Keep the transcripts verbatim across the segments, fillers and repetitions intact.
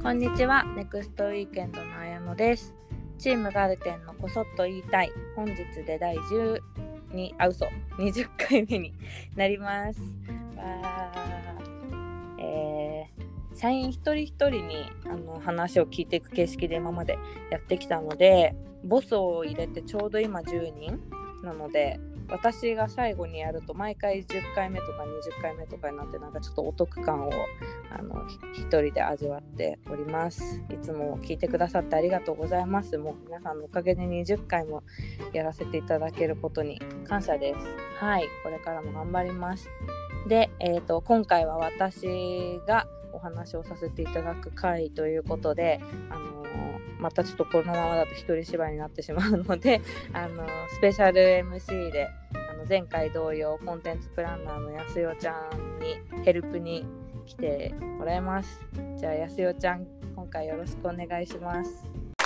こんにちは、ネクストウィーケンドの綾乃です。チームガルテンのこそっと言いたい、本日でだいじゅうにあ嘘にじゅっかいめになります。わー、えー、社員一人一人にあの話を聞いていく形式で今までやってきたので、ボスを入れてちょうど今じゅうにんなので、私が最後にやると毎回じゅっかいめとかにじゅっかいめとかになって、なんかちょっとお得感をあの一人で味わっております。いつも聞いてくださってありがとうございます。もう皆さんのおかげでにじゅっかいもやらせていただけることに感謝です。はい、これからも頑張ります。で、えーと、今回は私がお話をさせていただく回ということで、あのまたちょっとこのままだと一人芝居になってしまうので、あのスペシャル エムシー であの前回同様コンテンツプランナーのやすよちゃんにヘルプに来てもらいます。じゃあやすよちゃん、今回よろしくお願いします。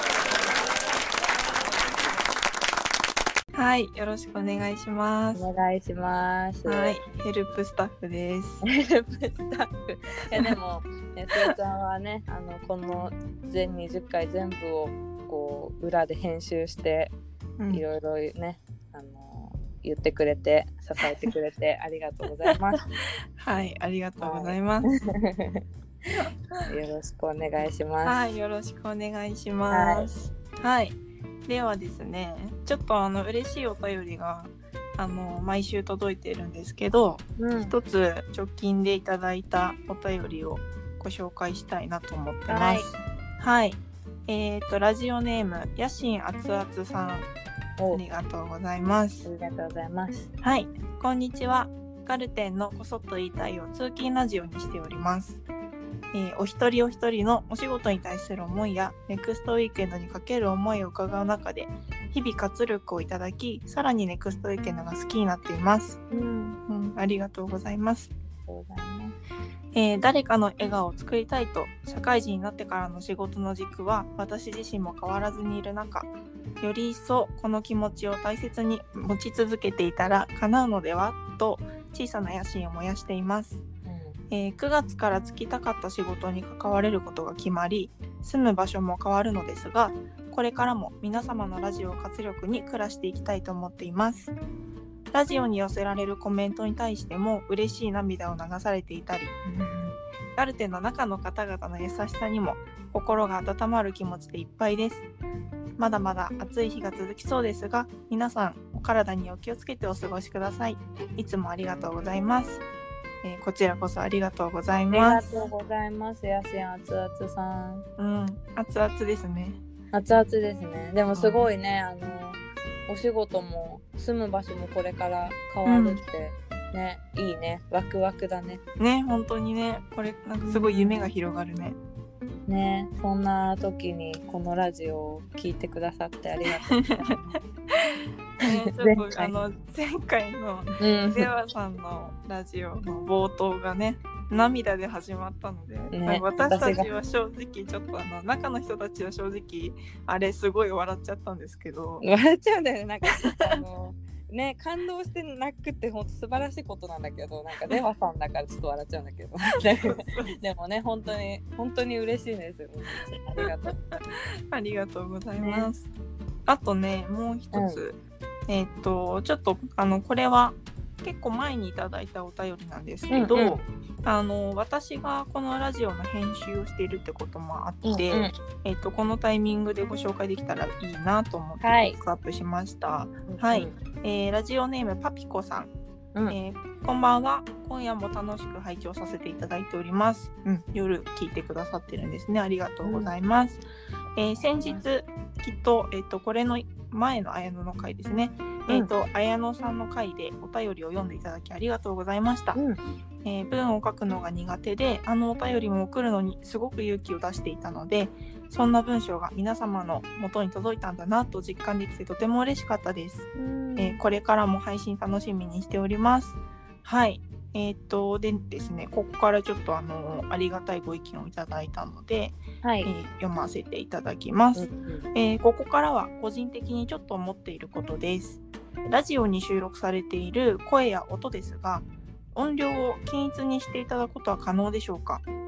はい、よろしくお願いします。 お願いします。 はい、ヘルプスタッフです。 ヘルプスタッフ。いやでもやすよちゃんはね、あのこの全にじゅっかい全部をこう裏で編集していろいろね、あの言ってくれて支えてくれてありがとうございます。 はい、ありがとうございます。 はい、よろしくお願いします。 はい、よろしくお願いします。はい、はい、ではですね、ちょっとあの嬉しいお便りがあの毎週届いているんですけど、うん、一つ直近でいただいたお便りをご紹介したいなと思ってます。はい、はい、えーとラジオネームやしんあつあつさん、ありがとうございます。 ありがとうございます。 はい、こんにちは。ガルテンのこそっと言いたいを通勤ラジオにしております。えー、お一人お一人のお仕事に対する思いやネクストウィークエンドにかける思いを伺う中で日々活力をいただき、さらにネクストウィークエンドが好きになっています。うんうん、ありがとうございます。えー、誰かの笑顔を作りたいと社会人になってからの仕事の軸は私自身も変わらずにいる中、より一層この気持ちを大切に持ち続けていたら叶うのではと小さな野心を燃やしています。えー、くがつから就きたかった仕事に関われることが決まり、住む場所も変わるのですが、これからも皆様のラジオを活力に暮らしていきたいと思っています。ラジオに寄せられるコメントに対しても嬉しい涙を流されていたり、ガルテンの中の方々の優しさにも心が温まる気持ちでいっぱいです。まだまだ暑い日が続きそうですが、皆さんお体にお気をつけてお過ごしください。いつもありがとうございます。えー、こちらこそありがとうございます。 ありがとうございます。やしんあつあつさん。 うん、熱々ですね。 熱々ですね。でもすごいね、うん、あのお仕事も住む場所もこれから変わるって、うん、ね、いいね、ワクワクだね。 ね、本当にね、これなんかすごい夢が広がるね。 うん、ね、そんな時にこのラジオを聞いてくださってありがとうございます。 ね、ちょっとあの前回の出羽さんのラジオの冒頭がね、涙で始まったので、ね、私たちは正直ちょっとあの中の人たちは正直あれすごい笑っちゃったんですけど、 笑っちゃうんだよね。なんかあのね、感動して泣くって本当素晴らしいことなんだけど、なんか出羽さんだからちょっと笑っちゃうんだけどでもね、本当に本当に嬉しいですよ。ありがとうありがとうございます、ね、あとね、もう一つ、うん、えー、っとちょっとあのこれは結構前にいただいたお便りなんですけど、うんうん、あの私がこのラジオの編集をしているってこともあって、うんうん、えー、っとこのタイミングでご紹介できたらいいなと思ってピックアップしました。はい、はい、えー、ラジオネームパピコさん、うん、えー、こんばんは。今夜も楽しく拝聴させていただいております、うん、夜聞いてくださってるんですね。ありがとうございます、うん、えー、先日きっと、えー、とこれの前の綾乃の回ですね、うん、えー、と綾乃さんの回でお便りを読んでいただきありがとうございました、うん、えー、文を書くのが苦手であのお便りも送るのにすごく勇気を出していたので、そんな文章が皆様の元に届いたんだなと実感できてとても嬉しかったです、うん、えー、これからも配信楽しみにしております。はい、えー、っとでですね、ここからちょっとあのありがたいご意見をいただいたので、はい、えー、読ませていただきます、うんうん、えー、ここからは個人的にちょっと思っていることです。ラジオに収録されている声や音ですが、音量を均一にしていただくことは可能でしょうか。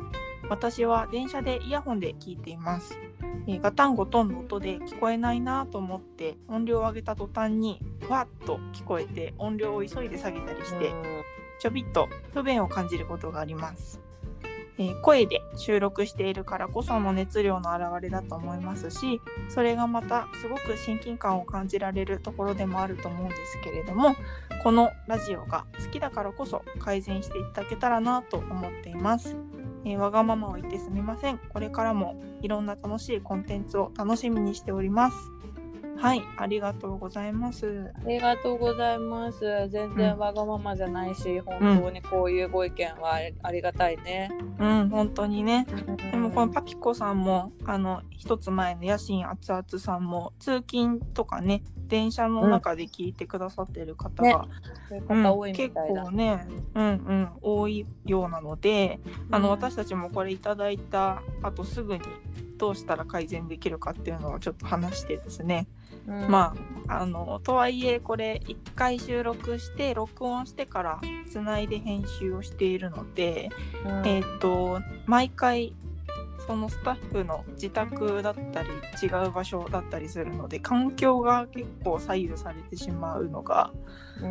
私は電車でイヤホンで聞いています。えー、ガタンゴトンの音で聞こえないなと思って音量を上げた途端にわっと聞こえて音量を急いで下げたりしてちょびっと不便を感じることがあります。えー、声で収録しているからこその熱量の表れだと思いますし、それがまたすごく親近感を感じられるところでもあると思うんですけれども、このラジオが好きだからこそ改善していただけたらなと思っています。えー、わがままを言ってすみません。これからもいろんな楽しいコンテンツを楽しみにしております。はい、ありがとうございます。 ありがとうございます。全然わがままじゃないし、うん、本当にこういうご意見はありがたいね。 うん、本当にね。でもこのパピコさんもあの一つ前の野心熱々さんも通勤とかね、電車の中で聞いてくださってる方が、 うんね、そういう方多いみたいだ、 うん、結構ね、うんうん、多いようなので、あの、うん、私たちもこれいただいた後すぐにどうしたら改善できるかっていうのをちょっと話してですね、うん、まああのとはいえこれいっかい収録して録音してからつないで編集をしているので、うん、えっと毎回そのスタッフの自宅だったり違う場所だったりするので環境が結構左右されてしまうのがうん、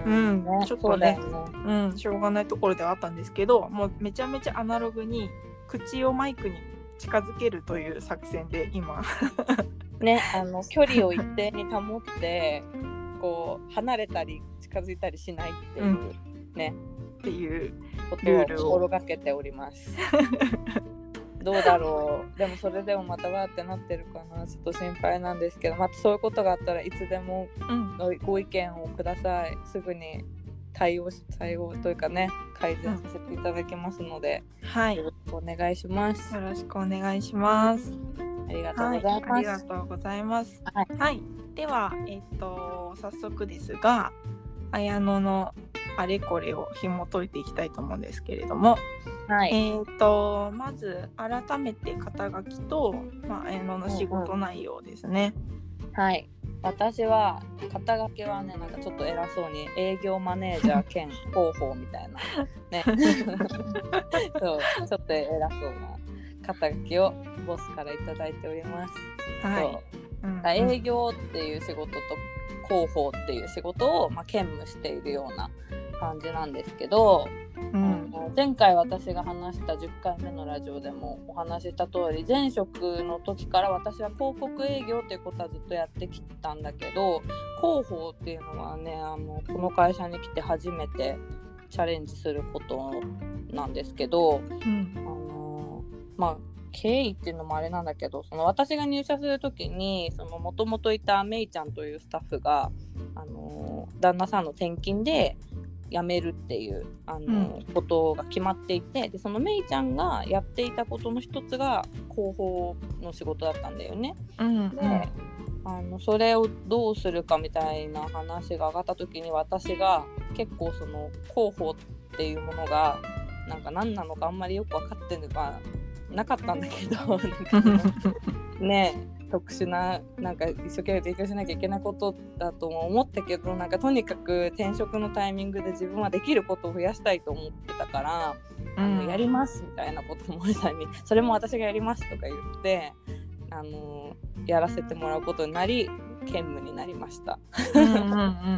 うんね、ちょっとね、うん、しょうがないところではあったんですけど、もうめちゃめちゃアナログに口をマイクに近づけるという作戦で今ね、あの距離を一定に保ってこう離れたり近づいたりしないっていう、うん、ねっていうことを心がけておりますどうだろう。でもそれでもまたわーってなってるかな、ちょっと心配なんですけど、またそういうことがあったらいつでもご意見をください、うん、すぐに対応し対応というかね改善させていただきますので、 うん、はい、 よろしくお願いします。 よろしくお願いします。 ありがとうございます。 はい、ありがとうございます。 はい、 はい、ではえっと早速ですが、綾乃のあれこれを紐解いていきたいと思うんですけれども、 はい、 えっとまず改めて肩書きと、まあ、綾乃の仕事内容ですね。 うんうん、はい。私は肩書きはねなんかちょっと偉そうに営業マネージャー兼広報みたいなねそうちょっと偉そうな肩書きをボスからいただいております。 はい、 そううんうん、営業っていう仕事と広報っていう仕事を、まあ、兼務しているような感じなんですけど、うん、前回私が話したじゅっかいめのラジオでもお話しした通り、前職の時から私は広告営業っていうことはずっとやってきたんだけど、広報っていうのはねあのこの会社に来て初めてチャレンジすることなんですけど、うん、あのまあ経緯っていうのもあれなんだけど、その私が入社するときにもともといたメイちゃんというスタッフが、あのー、旦那さんの転勤で辞めるっていう、あのーうん、ことが決まっていて、でそのメイちゃんがやっていたことの一つが広報の仕事だったんだよね。 うんうん、 であのそれをどうするかみたいな話が上がったときに、私が結構その広報っていうものがなんか何なのかあんまりよく分かってるのかなかったんだけどねえ特殊ななんか一生懸命勉強しなきゃいけないことだとも思ったけど、なんかとにかく転職のタイミングで自分はできることを増やしたいと思ってたから、うん、あのやりますみたいなことを森さんにそれも私がやりますとか言ってあのやらせてもらうことになり兼務になりましたうんうん、うん、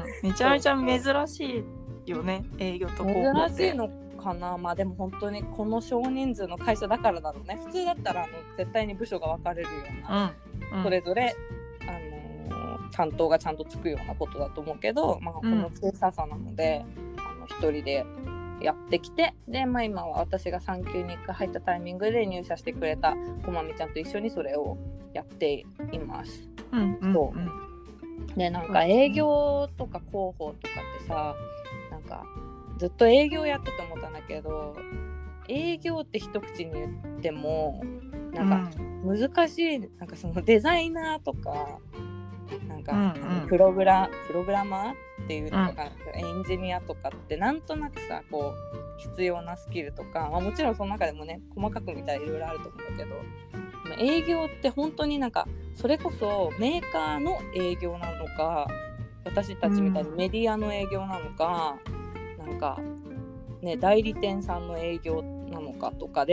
めちゃめちゃ珍しいよね営業と広報って。 珍しいのかな。まあでも本当にこの少人数の会社だからだろうね。普通だったらあの絶対に部署が分かれるような、うんうん、それぞれ、あのー、担当がちゃんとつくようなことだと思うけど、まあ、この小ささなので、うん、あの一人でやってきて、で、まあ、今は私が産休にいっかい入ったタイミングで入社してくれたこまみちゃんと一緒にそれをやっています、 うんうんうん、 そうでなんか営業とか広報とかってさ、なんかずっと営業やってて思ったんだけど、営業って一口に言ってもなんか難しい、うん、なんかそのデザイナーとかなんか、うんうん、プログラプログラマーっていうのとか、うん、エンジニアとかってなんとなくさこう必要なスキルとか、まあ、もちろんその中でもね細かく見たらいろいろあると思うんだけど、営業って本当になんかそれこそメーカーの営業なのか、私たちみたいにメディアの営業なのか、うん、なんかね代理店さんの営業なのかとかで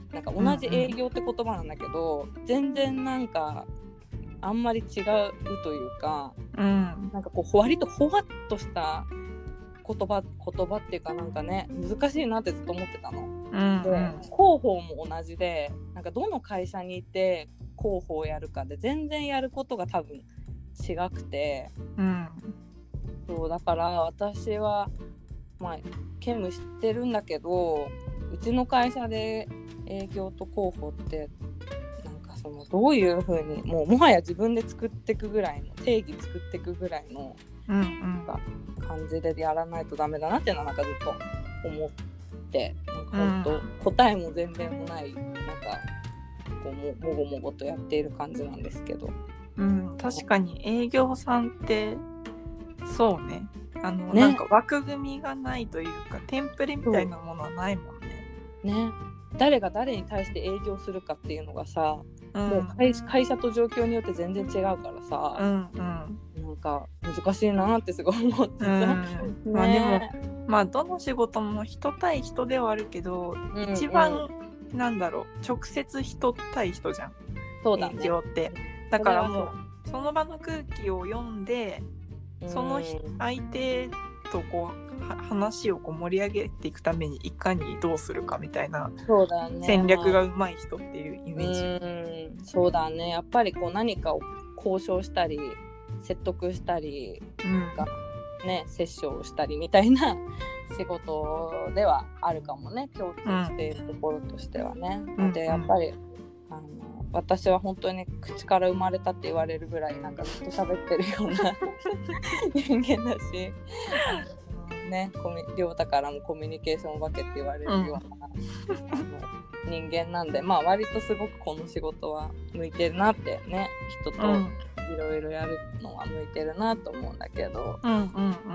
なんか同じ営業って言葉なんだけど、うんうん、全然なんかあんまり違うというか、うん、なんかこう割とほわっとした言葉言葉っていうかなんかね難しいなってずっと思ってたの、うんうん、で広報も同じでなんかどの会社にいて広報をやるかで全然やることが多分違くて、うん、そうだから私はまあ兼務してるんだけどうちの会社で営業と広報ってなんかそのどういう風にもうもはや自分で作っていくぐらいの定義作っていくぐらいの、うんうん、感じでやらないとダメだなっていうのはなんかずっと思ってなんか本当、うん、答えも全然もないなんかこう も, もごもごとやっている感じなんですけど、 うん、確かに営業さんってそうねあのねなんか枠組みがないというかテンプレみたいなものはないもんね。 ね誰が誰に対して営業するかっていうのがさ、うん、もう 会, 会社と状況によって全然違うからさ、うんうん、なんか難しいなってすごい思ってさ、うんね、 まあでもまあどの仕事も人対人ではあるけど、うんうん、一番なんだろう直接人対人じゃんそうだね、 営業ってだからもう そ, その場の空気を読んでその相手とこう話をこう盛り上げていくためにいかにどうするかみたいな戦略がうまい人っていうイメージ。 そうだね、うんそうだねやっぱりこう何かを交渉したり説得したり、うんなんかね、折衝したりみたいな仕事ではあるかもね共通しているところとしてはね、うん、でやっぱりあの私は本当に口から生まれたって言われるぐらいなんかずっと喋ってるような人間だしあのね亮太からもコミュニケーションお化けって言われるような、うん、あの人間なんでまあ割とすごくこの仕事は向いてるなってね人といろいろやるのは向いてるなと思うんだけど、うんうんうん、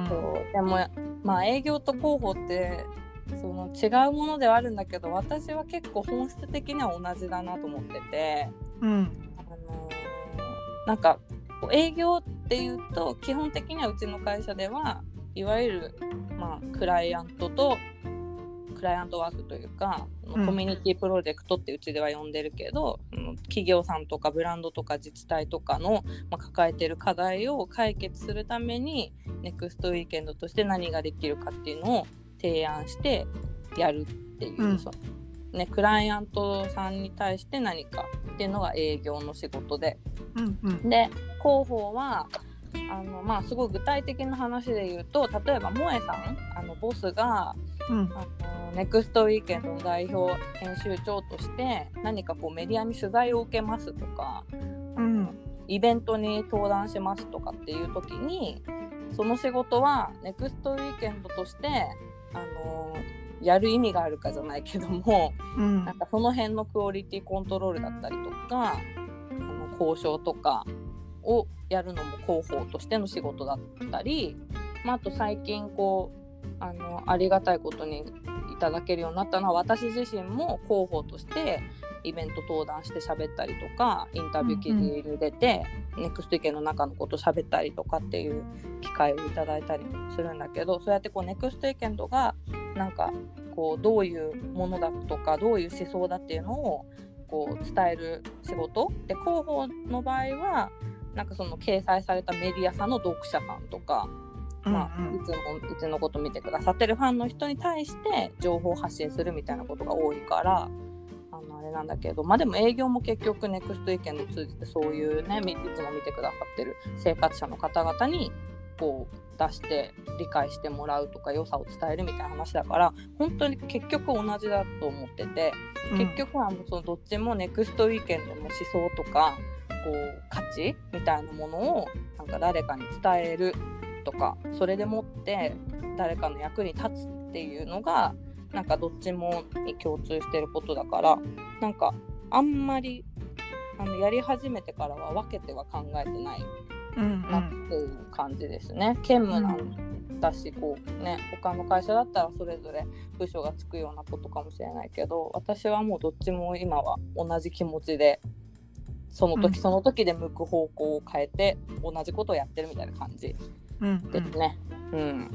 そうでもまあ営業と広報ってその違うものではあるんだけど私は結構本質的には同じだなと思ってて、うんあのー、なんか営業っていうと基本的にはうちの会社ではいわゆる、まあ、クライアントとクライアントワークというか、うん、コミュニティプロジェクトってうちでは呼んでるけど、うん、企業さんとかブランドとか自治体とかの、まあ、抱えてる課題を解決するためにネクストウィーケンドとして何ができるかっていうのを提案してやるっていう、うんそうね、クライアントさんに対して何かっていうのが営業の仕事で、うんうん、で広報はあの、まあ、すごい具体的な話で言うと例えば萌えさんあのボスが、うん、あのネクストウィーケンドの代表編集長として何かこうメディアに取材を受けますとか、うん、イベントに登壇しますとかっていう時にその仕事はネクストウィーケンドとしてあのやる意味があるかじゃないけども、うん、なんかその辺のクオリティコントロールだったりとかあの交渉とかをやるのも広報としての仕事だったり、まあ、あと最近こう あのありがたいことにいただけるようになったのは私自身も広報としてイベント登壇して喋ったりとかインタビュー記事に出て、うんうん、ネクスト意見の中のこと喋ったりとかっていう機会をいただいたりするんだけどそうやってこうネクスト意見とかなんかこうどういうものだとかどういう思想だっていうのをこう伝える仕事で広報の場合はなんかその掲載されたメディアさんの読者さんとか、まあ、いつもうちのこと見てくださってるファンの人に対して情報発信するみたいなことが多いからあのあれなんだけどまあでも営業も結局ネクスト意見を通じてそういうねいつも見てくださってる生活者の方々にこう出して理解してもらうとか良さを伝えるみたいな話だから本当に結局同じだと思ってて、うん、結局はもうそのどっちもネクストウィーケンドの思想とかこう価値みたいなものをなんか誰かに伝えるとかそれでもって誰かの役に立つっていうのがなんかどっちもに共通してることだからなんかあんまりあのやり始めてからは分けては考えてないなっていう感じですね、うんうん、兼務なんだしこう、ね、他の会社だったらそれぞれ部署がつくようなことかもしれないけど私はもうどっちも今は同じ気持ちでその時その時で向く方向を変えて同じことをやってるみたいな感じですね。うんうん、うんうん、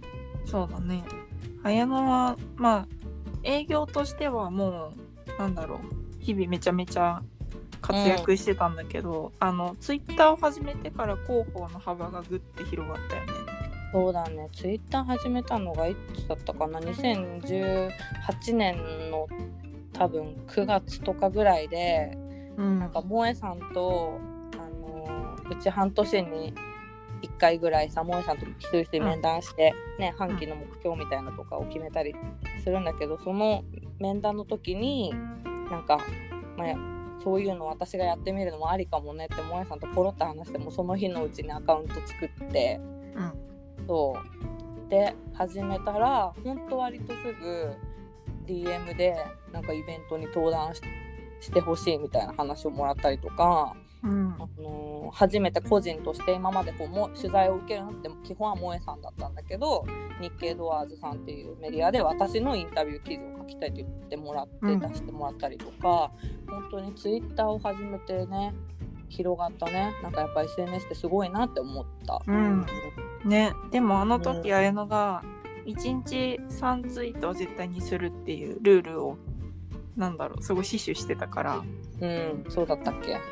そうだね。綾乃はまあ営業としてはもうなんだろう日々めちゃめちゃ活躍してたんだけど、うん、あのツイッターを始めてから広報の幅がぐって広がったよね。 そうだね、ツイッター始めたのがいつだったかな、にせんじゅうはちねんの多分くがつとかぐらいで、うん、なんか萌えさんと、あのー、うち半年にいっかいぐらいさ、萌えさんと一人一人面談して、うんね、半期の目標みたいなとかを決めたりするんだけど、その面談の時になんか、まあ、そういうの私がやってみるのもありかもねって萌えさんとポロッと話して、もその日のうちにアカウント作って、うん、そうで始めたらほんと割とすぐ ディーエム でなんかイベントに登壇 し, してほしいみたいな話をもらったりとか、うんあのー、初めて個人として今までこうも取材を受けるのって基本は萌えさんだったんだけど、日経ドアーズさんっていうメディアで私のインタビュー記事を書きたいと言ってもらって出してもらったりとか、うん、本当にツイッターを始めてね広がったね。なんかやっぱ エスエヌエス ってすごいなって思った、 うんね、でもあの時綾乃がいちにちさんツイートは絶対にするっていうルールをなんだろうすごい死守してたから。 うん、そうだったっけ、うん、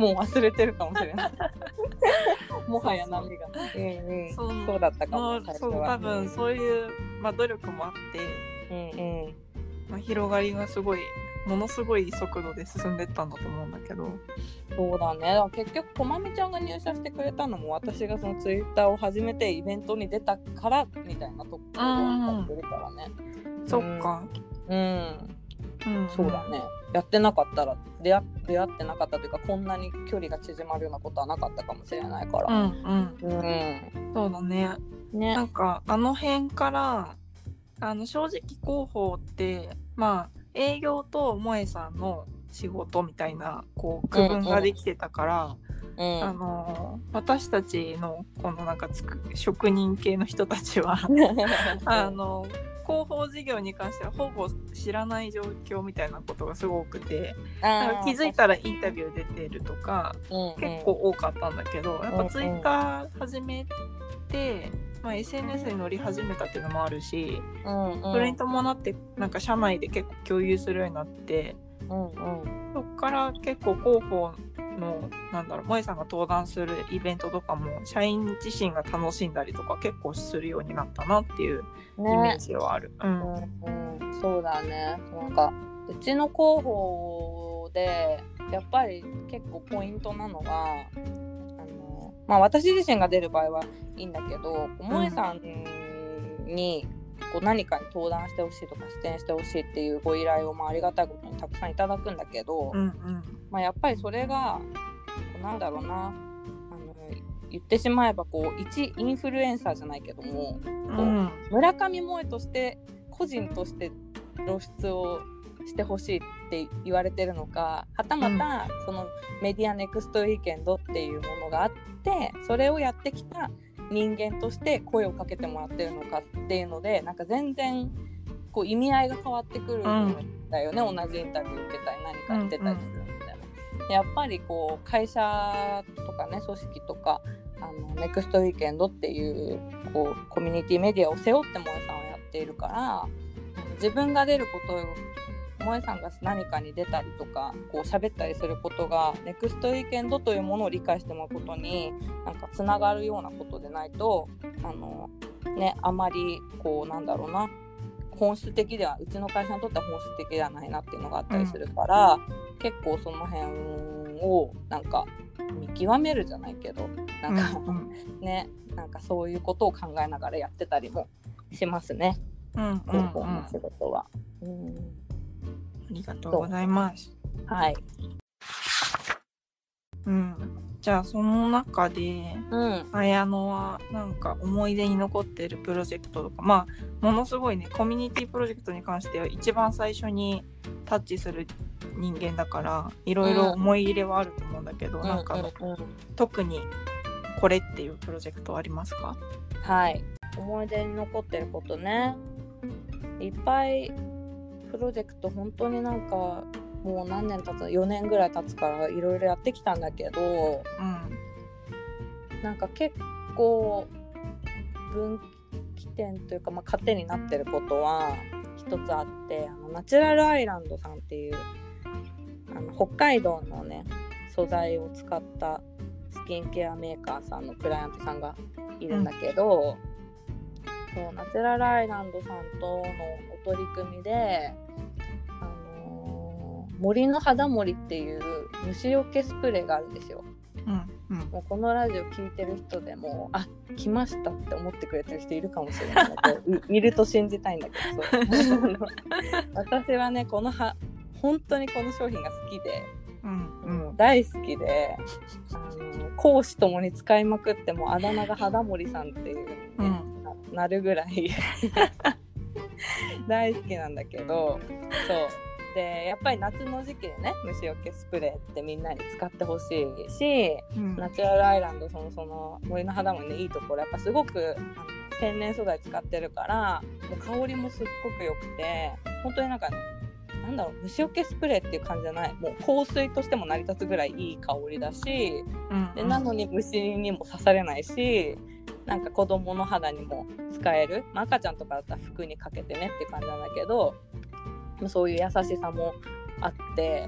もう忘れてるかもしれないもはや波がそう、うんうん、そう、そうだったかも。 そう多分そういう、まあ、努力もあって、うんうんまあ、広がりがすごいものすごい速度で進んでったんだと思うんだけど。 そうだね、結局こまみちゃんが入社してくれたのも私がそのツイッターを始めてイベントに出たからみたいなところがあったりするからね、 うん、そっかうん、うんうん、そうだね。やってなかったら出会、出会ってなかったというかこんなに距離が縮まるようなことはなかったかもしれないから、うんうんうん、そうだね。ね、なんかあの辺からあの正直広報ってまあ営業と萌えさんの仕事みたいなこう区分ができてたから、うんうん、あの私たちのこのなんかつく職人系の人たちはあの広報事業に関してはほぼ知らない状況みたいなことがすごくて、なんか気づいたらインタビュー出てるとか、うんうん、結構多かったんだけど、やっぱツイッター始めて、まあ、エスエヌエス に乗り始めたっていうのもあるし、うんうん、それに伴ってなんか社内で結構共有するようになって、うんうん、そっから結構広報のなんだろう萌えさんが登壇するイベントとかも社員自身が楽しんだりとか結構するようになったなっていうイメージはある、ねうんうんうん、そうだね。なんかうちの広報でやっぱり結構ポイントなのはあの、まあ、私自身が出る場合はいいんだけど萌えさんにこう何かに登壇してほしいとか出演してほしいっていうご依頼をまあありがたいことにたくさんいただくんだけど、うんうんまあ、やっぱりそれがなんだろうなあの言ってしまえばこう一インフルエンサーじゃないけども、こう、うん、村上萌として個人として露出をしてほしいって言われてるのか、はたまたそのメディアネクストウィーケンドっていうものがあってそれをやってきた人間として声をかけてもらってるのかっていうのでなんか全然こう意味合いが変わってくるんだよね、うん、同じインタビュー受けたり何かしてたりするみたいな、うんうん、やっぱりこう会社とかね組織とかあのネクストウィーケンドっていうこうコミュニティメディアを背負って萌えさんはやっているから自分が出ることを萌えさんが何かに出たりとかこう喋ったりすることがネクストウィーケンドというものを理解してもらうことになんかつながるようなことでないとあの、ね、あまりこうなんだろうな本質的ではうちの会社にとっては本質的ではないなっていうのがあったりするから、うん、結構その辺をなんか見極めるじゃないけどなんか、うん、ねなんかそういうことを考えながらやってたりもしますね。うんうんうん、広報の仕事は。うんありがとうございます。 はい。 うん。じゃあその中で、うん、綾乃はなんか思い出に残っているプロジェクトとか、まあものすごいねコミュニティプロジェクトに関しては一番最初にタッチする人間だからいろいろ思い入れはあると思うんだけど、うん、なんか、うんうん、特にこれっていうプロジェクトはありますか？ はい。思い出に残ってることね。いっぱいプロジェクト本当になんかもう何年経つよねんぐらい経つからいろいろやってきたんだけど、うん、なんか結構分岐点というか、まあ、糧になってることは一つあって、あのナチュラルアイランドさんっていうあの北海道のね素材を使ったスキンケアメーカーさんのクライアントさんがいるんだけど、うん、そうナチュラルアイランドさんとのお取り組みで、あのー、森の肌森っていう虫除けスプレーがあるんですよ。 うんうん、 もうこのラジオ聞いてる人でもあ来ましたって思ってくれてる人いるかもしれないい, いると信じたいんだけどそう私はねこのは本当にこの商品が好きで、 うんうん、 大好きであの公私ともに使いまくってもあだ名が肌森さんっていう、ねうん、な, なるぐらい大好きなんだけど、そうでやっぱり夏の時期でね虫除けスプレーってみんなに使ってほしいし、うん、ナチュラルアイランドそのその森の肌森のいいところやっぱすごくあの天然素材使ってるからもう香りもすっごく良くて本当になんかなんだろう虫除けスプレーっていう感じじゃないもう香水としても成り立つぐらいいい香りだし、うんうん、でなのに虫にも刺されないしなんか子供の肌にも使える、まあ、赤ちゃんとかだったら服にかけてねっていう感じなんだけどそういう優しさもあって、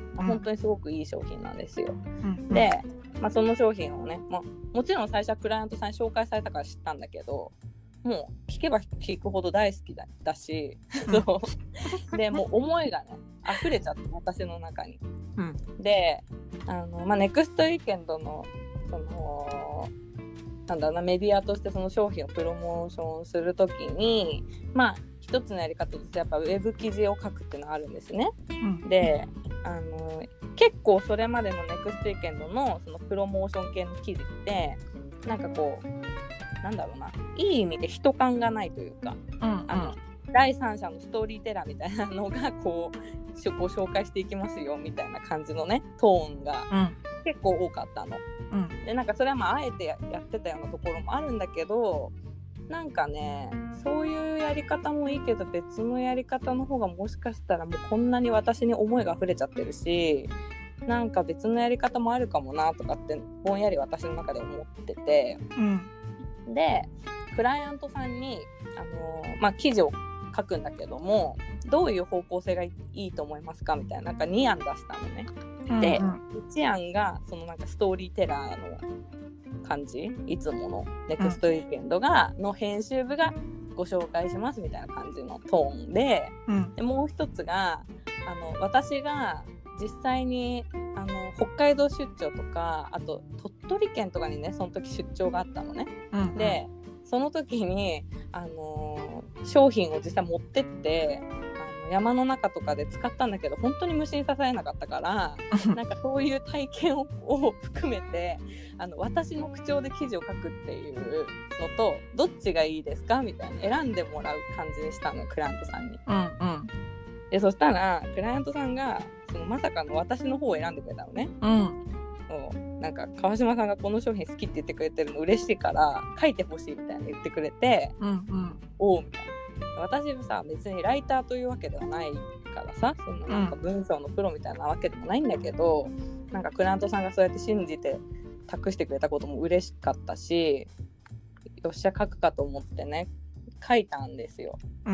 まあ、本当にすごくいい商品なんですよ、うん、で、まあ、その商品をね、まあ、もちろん最初はクライアントさんに紹介されたから知ったんだけどもう聞けば聞くほど大好き だ, だし、うん、そうでもう思いがね溢れちゃって私の中に、うん、であの、まあ、ネクストウィーケンドのそのなんだろうなメディアとしてその商品をプロモーションするときにまあ一つのやり方としてやっぱウェブ記事を書くっていうのがあるんですね、うん、であの結構それまでのネクストウィーケンド の, そのプロモーション系の記事ってなんかこうなんだろうないい意味で人感がないというか、うんうん、あの第三者のストーリーテラーみたいなのがこうご紹介していきますよみたいな感じのねトーンが結構多かったの、うん、でなんかそれはまああえて や, やってたようなところもあるんだけどなんかねそういうやり方もいいけど別のやり方の方がもしかしたらもうこんなに私に思いが溢れちゃってるしなんか別のやり方もあるかもなとかってぼんやり私の中で思ってて、うん、でクライアントさんにあのーまあ、記事を書くんだけどもどういう方向性がいいと思いますかみたいななんかにあん出したのね、うんうん、でいち案がそのなんかストーリーテラーの感じいつものネクストウィーケンドが、うん、の編集部がご紹介しますみたいな感じのトーン で,、うん、でもう一つがあの私が実際にあの北海道出張とかあと鳥取県とかにねその時出張があったのね、うんうん、でその時に、あのー、商品を実際持ってってあの山の中とかで使ったんだけど本当に虫に刺されなかったからなんかそういう体験 を, を含めてあの私の口調で記事を書くっていうのとどっちがいいですかみたいな選んでもらう感じにしたのクライアントさんに、うんうん、でそしたらクライアントさんがそのまさかの私の方を選んでくれたのね、うんなんか川島さんがこの商品好きって言ってくれてるの嬉しいから書いてほしいみたいな言ってくれて、うんうん、おうみたいな私もさ別にライターというわけではないからさそのなんか文章のプロみたいなわけでもないんだけど、うん、なんかクライアントさんがそうやって信じて託してくれたことも嬉しかったしよっしゃ書くかと思ってね書いたんですよ、うん、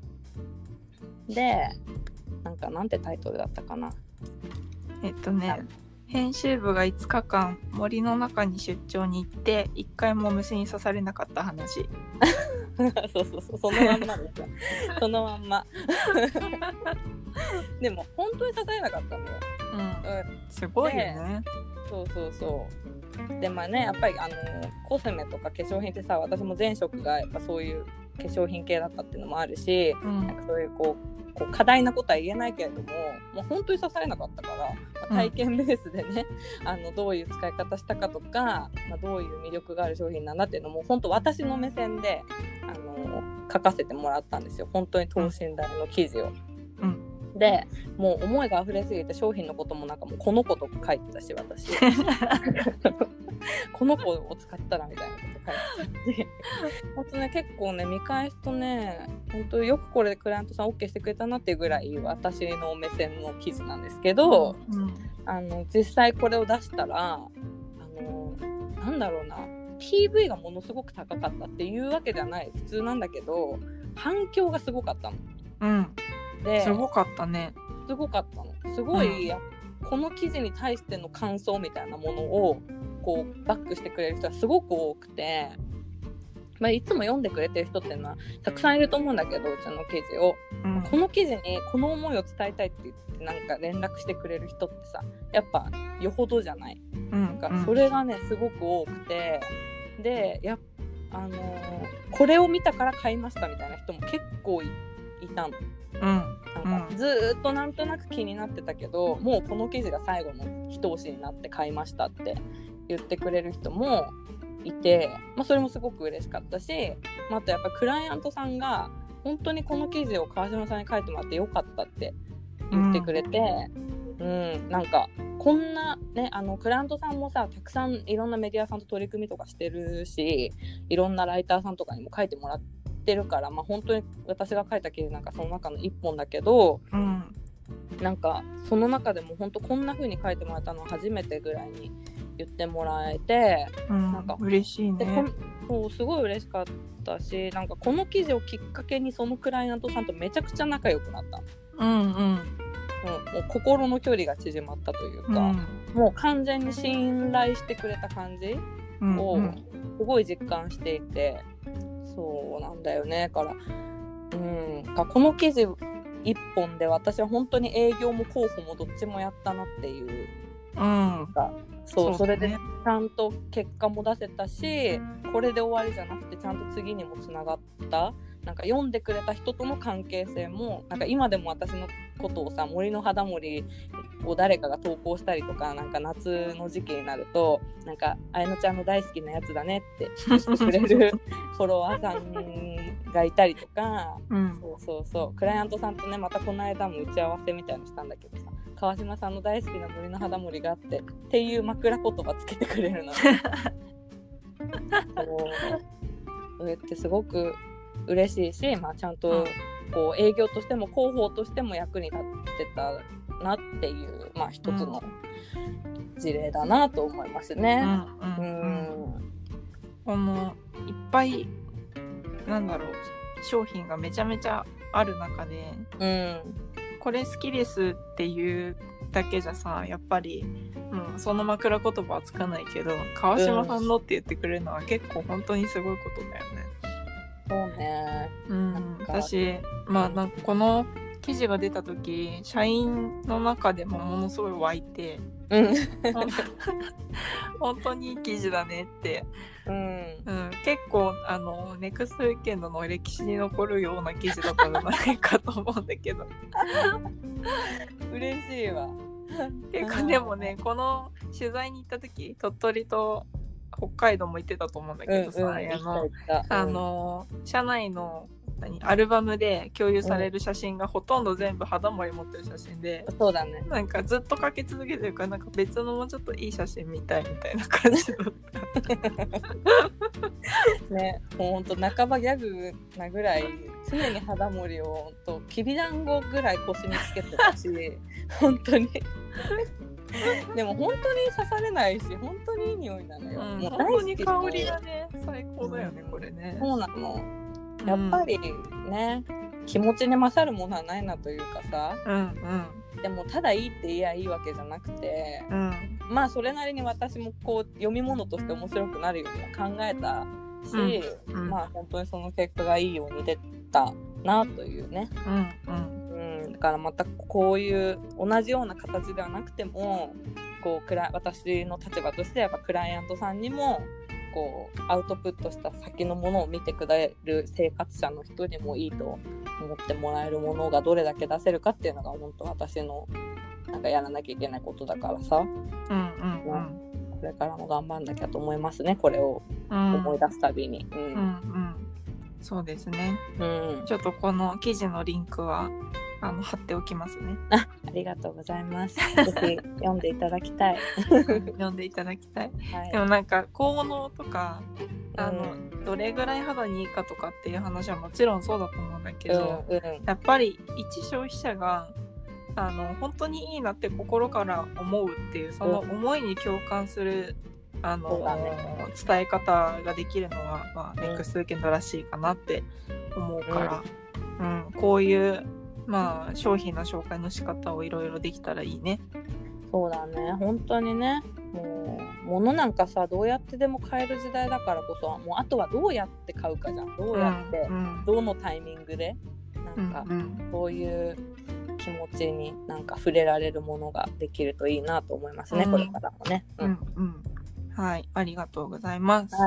でなんかなんてタイトルだったかなえっとね編集部がいつかかん森の中に出張に行っていっかいも虫に刺されなかった話そうそうそうそのまんまですよそのまんまでも本当に刺されなかったのよ、うんうん、 すごいよねそうそうそうでまあねやっぱりあのコスメとか化粧品ってさ私も前職がやっぱそういう化粧品系だったっていうのもあるし、うん、なんかそういうこうこう過大なことは言えないけれども、もう本当に刺されなかったから、まあ、体験ベースでね、うん、あのどういう使い方したかとか、まあ、どういう魅力がある商品なんだっていうのも本当私の目線であの書かせてもらったんですよ本当に等身大の記事を、うん、でもう思いが溢れすぎて商品のこともなんかもうこの子とか書いてたし私この子を使ったらみたいなこと書いててあとね結構ね見返すとね本当よくこれでクライアントさん OK してくれたなっていうぐらい私の目線の記事なんですけど、うん、あの実際これを出したらあのなんだろうな ピーブイ がものすごく高かったっていうわけではない普通なんだけど反響がすごかったの、 うん、 ですごかったね。 すごかったの。すごい、うん、この記事に対しての感想みたいなものをこうバックしてくれる人がすごく多くて、まあ、いつも読んでくれてる人っていうのはたくさんいると思うんだけど、うちの記事を、うん、この記事にこの思いを伝えたいって言ってなんか連絡してくれる人ってさ、やっぱよほどじゃない、うん、なんかそれがねすごく多くて、でやあのー、これを見たから買いましたみたいな人も結構 い, いたの、うん、なんかずっとなんとなく気になってたけど、もうこの記事が最後の一押しになって買いましたって言ってくれる人もいて、まあ、それもすごく嬉しかったし、まあ、あとやっぱクライアントさんが本当にこの記事を川島さんに書いてもらってよかったって言ってくれて、うん、うん、なんかこんなね、あのクライアントさんもさたくさんいろんなメディアさんと取り組みとかしてるし、いろんなライターさんとかにも書いてもらってるから、まあ、本当に私が書いた記事なんかその中の一本だけど、うん、なんかその中でも本当こんな風に書いてもらったのは初めてぐらいに言ってもらえて、 うん、なんか嬉しいね。 そうすごい嬉しかったし、なんかこの記事をきっかけにそのクライアントさんとめちゃくちゃ仲良くなった。うんうん。うん、もう心の距離が縮まったというか、うん、もう完全に信頼してくれた感じをすごい実感していて、そうなんだよね。から、うん、この記事一本で私は本当に営業も広報もどっちもやったなっていう。うん、なんかそう、それでちゃんと結果も出せたし、これで終わりじゃなくてちゃんと次にもつながった、なんか読んでくれた人との関係性も、なんか今でも私のことをさ、森の肌森を誰かが投稿したりとか、なんか夏の時期になるとなんかあやのちゃんの大好きなやつだねって言ってくれるフォロワーさんがいたりとか、うん、そうそうそう、クライアントさんとねまたこの間も打ち合わせみたいのしたんだけどさ、川島さんの大好きな森の肌森があってっていう枕言葉つけてくれるのそれってすごく嬉しいし、まあ、ちゃんとこう営業としても広報としても役に立ってたなっていう、まあ、一つの事例だなと思いますね。うんうんうん、 このいっぱいなんだろう商品がめちゃめちゃある中で、うん、これ好きですっていうだけじゃさ、やっぱり、うん、その枕言葉はつかないけど、川島さんのって言ってくれるのは結構本当にすごいことだよね。 そうね、 うん、私、まあ、なんかこの記事が出た時社員の中でもものすごい湧いて、うん、本当にいい記事だねって、うんうん、結構あのネクストウィーケンドの歴史に残るような記事だったんじゃないかと思うんだけど嬉しいわ結構でもね、この取材に行った時鳥取と北海道も行ってたと思うんだけどさ、うんうん、あの、あの社内の何アルバムで共有される写真がほとんど全部肌森持ってる写真で、 そうだね、 なんかずっとかけ続けてるから、なんか別のもうちょっといい写真見たいみたいな感じだったね、もうほんと半ばギャグなぐらい常に肌森をときびだんごぐらい腰につけてたし本当にでも本当に刺されないし本当にいい匂いなのよ、うん、もう本当に香りがね最高だよね、うん、これね。 そうなの、やっぱりね、うん、気持ちに勝るものはないなというかさ、うんうん、でもただいいって言えばいいわけじゃなくて、うん、まあそれなりに私もこう読み物として面白くなるようには考えたし、うんうん、まあ本当にその結果がいいように出たなというね、うんうんうん、だからまたこういう同じような形ではなくてもこうクラ私の立場としてやっぱクライアントさんにもこうアウトプットした先のものを見てくれる生活者の人にもいいと思ってもらえるものがどれだけ出せるかっていうのが本当私のなんかやらなきゃいけないことだからさ、うんうんうん、これからも頑張んなきゃと思いますね、これを思い出すたびに、うんうんうん、 そうですね、うん、ちょっとこの記事のリンクはあの貼っておきますね。 あ、ありがとうございます。ぜひ読んでいただきたい。 読んでいただきたい。はい、でもなんか効能とかあの、うん、どれぐらい肌にいいかとかっていう話はもちろんそうだと思うんだけど、うんうん、やっぱり一消費者があの本当にいいなって心から思うっていうその思いに共感する、うん、あの、ね、伝え方ができるのは、まあ、ネクストウィーケンドらしいかなって思うから、うんうん、こういうまあ商品の紹介の仕方をいろいろできたらいいね。 そうだね、本当にね、もう物なんかさどうやってでも買える時代だからこそ、もうあとはどうやって買うかじゃん。どうやって、 うんうん、 どのタイミングでなんか、うんうん、そういう気持ちになんか触れられるものができるといいなと思いますね、うん、これからもね、 うんうんうん、はい、ありがとうございます。 はい。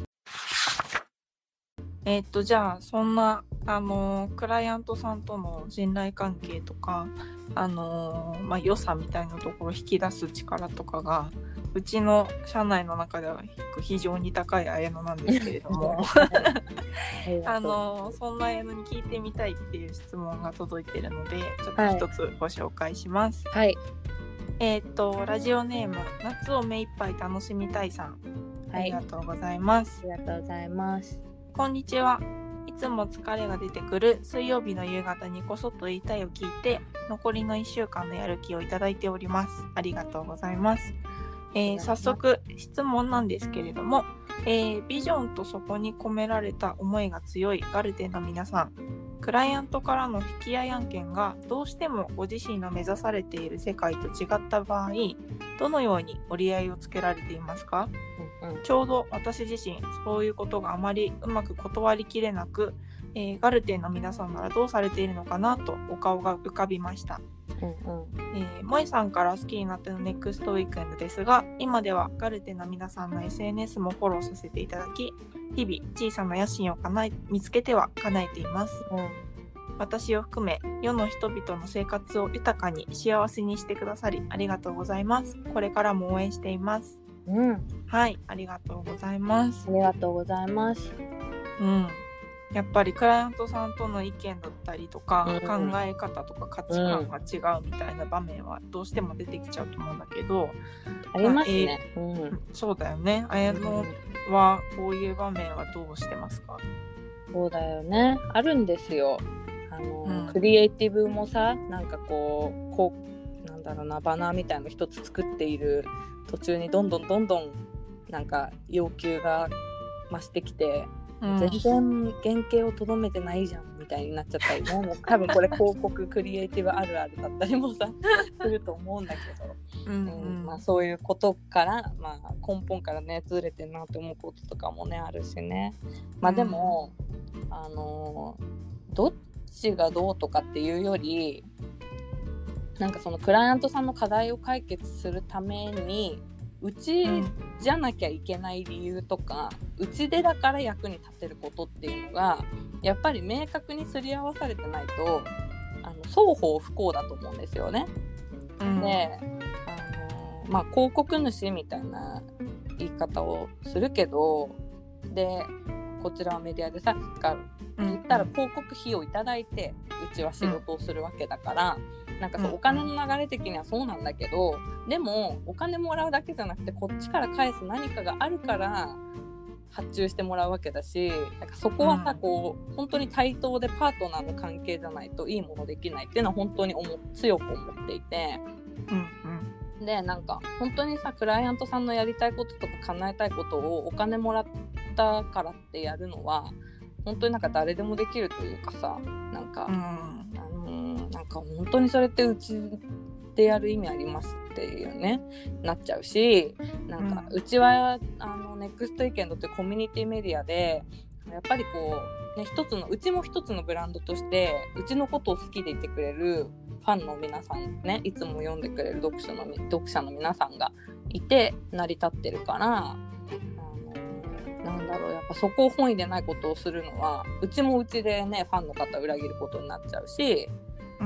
えー、っとじゃあそんなあのクライアントさんとの信頼関係とかあのー、まあ良さみたいなところを引き出す力とかがうちの社内の中では非常に高い綾乃なんですけれどもあのそんな綾乃に聞いてみたいっていう質問が届いているのでちょっと一つご紹介します。 はい。 えー、っとラジオネーム夏を目いっぱい楽しみたいさん、はい、ありがとうございます。 ありがとうございます。 こんにちは。いつも疲れが出てくる水曜日の夕方にこそっと言いたいを聞いて残りのいっしゅうかんのやる気をいただいております。ありがとうございます。えー、早速質問なんですけれども、えー、ビジョンとそこに込められた思いが強いガルテンの皆さん、クライアントからの引き合い案件がどうしてもご自身の目指されている世界と違った場合、どのように折り合いをつけられていますか？うんうん、ちょうど私自身そういうことがあまりうまく断りきれなく、えー、ガルテンの皆さんならどうされているのかなとお顔が浮かびました。うんうんえー、萌さんから好きになってのネクストウィークエンドですが、今ではガルテンの皆さんの エスエヌエス もフォローさせていただき、日々小さな野心を叶え見つけては叶えています。うん、私を含め世の人々の生活を豊かに幸せにしてくださりありがとうございます。これからも応援しています。うん、はい、ありがとうございます。 ありがとうございます。 うん、やっぱりクライアントさんとの意見だったりとか、うん、考え方とか価値観が違うみたいな場面はどうしても出てきちゃうと思うんだけど、 ありますね。 まあえーうん、そうだよね。綾乃はこういう場面はどうしてますか？ そうだよね。あるんですよ。あの、うん、クリエイティブもさ、なんかこう、こうなんだろうな、バナーみたいなの一つ作っている途中にどんどんどんどんなんか要求が増してきて、うん、全然原型をとどめてないじゃんみたいになっちゃったりね。もう多分これ広告クリエイティブあるあるだったりもさすると思うんだけど、うんうんうんまあ、そういうことから、まあ、根本からねずれてるなって思うこととかもねあるしね。まあでも、うん、あのどっちがどうとかっていうより、なんかそのクライアントさんの課題を解決するためにうちじゃなきゃいけない理由とか、うん、うちでだから役に立てることっていうのがやっぱり明確にすり合わされてないとあの双方不幸だと思うんですよね。うん、で、あのまあ、広告主みたいな言い方をするけど、でこちらはメディアでさ言ったら広告費をいただいてうちは仕事をするわけだから、うん、なんかそうお金の流れ的にはそうなんだけど、でもお金もらうだけじゃなくてこっちから返す何かがあるから発注してもらうわけだし、なんかそこはさ、こう本当に対等でパートナーの関係じゃないといいものできないっていうのは本当に思強く思っていて、うんうん、でなんか本当にさクライアントさんのやりたいこととか叶えたいことをお金もらったからってやるのは本当になんか誰でもできるというかさ、なんか、うん、あのー、なんか本当にそれってうちでやる意味ありますっていうねなっちゃうし、なんか、うん、うちはあのネクストイケンドってコミュニティメディアでやっぱりこう、ね、一つのうちも一つのブランドとしてうちのことを好きでいてくれるファンの皆さんね、いつも読んでくれる読者の読者の皆さんがいて成り立ってるから。なんだろう、やっぱそこを本意でないことをするのはうちもうちでねファンの方を裏切ることになっちゃうし、うん、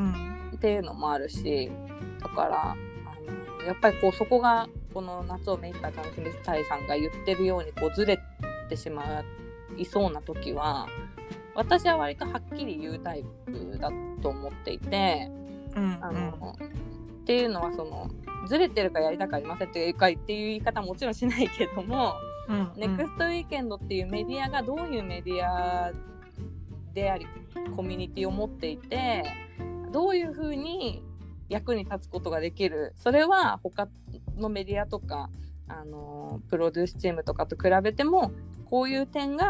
っていうのもあるし、だからあのやっぱりこうそこがこの夏を目いっぱい楽しみたいさんが言ってるようにこうずれてしまいそうな時は私は割とはっきり言うタイプだと思っていて、うん、あのっていうのはそのずれてるかやりたくありませんっていうかっていう言い方はもちろんしないけども、うんうん、ネクストウィーケンドっていうメディアがどういうメディアでありコミュニティを持っていてどういうふうに役に立つことができる、それは他のメディアとかあのプロデュースチームとかと比べてもこういう点が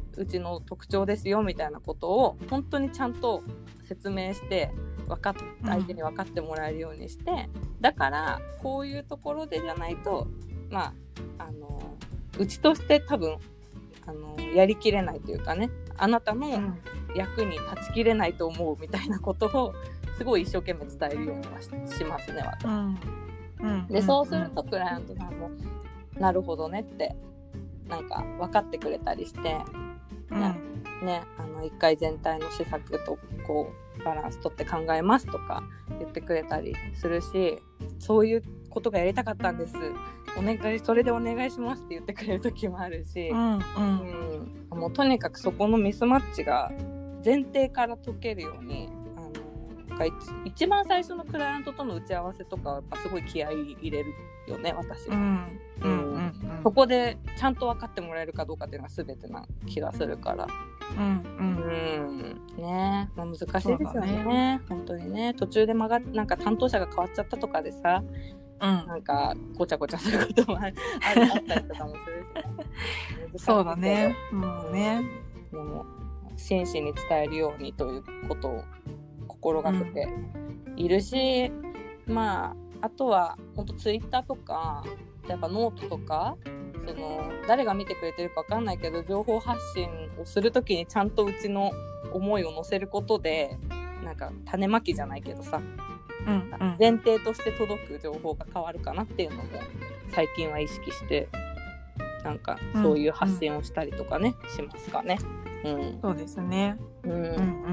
うちの特徴ですよみたいなことを本当にちゃんと説明して分かっ相手に分かってもらえるようにして、うん、だからこういうところでじゃないとまああのうちとして多分あのやりきれないというかね、あなたの役に立ちきれないと思うみたいなことをすごい一生懸命伝えるようには し, しますね私、うんうん、でそうするとクライアントさんもなるほどねってなんか分かってくれたりして、うんね、あの一回全体の施策とこうバランス取って考えますとか言ってくれたりするし、そういうことがやりたかったんです、お願いそれでお願いしますって言ってくれる時もあるし、うんうんうん、もうとにかくそこのミスマッチが前提から解けるように、あのなんか一番最初のクライアントとの打ち合わせとかはやっぱすごい気合い入れるよね私は、うんうんうんうん、そこでちゃんと分かってもらえるかどうかっていうのは全てな気がするから、うんうんうん、ね、まあ、難しいですよ ね, ね本当にね。途中で曲がなんか担当者が変わっちゃったとかでさ、うん、なんかごちゃごちゃすることもあるあったりとかもするし、ね、 そうだね、もうね、 でも真摯に伝えるようにということを心がけているし、うん、まああとは本当ツイッターとかやっぱノートとかその誰が見てくれてるか分かんないけど情報発信をするときにちゃんとうちの思いを載せることでなんか種まきじゃないけどさ、うんうん、前提として届く情報が変わるかなっていうのも最近は意識してなんかそういう発信をしたりとかね、うんうん、しますかね、うん、 そうですね、うんうんうん、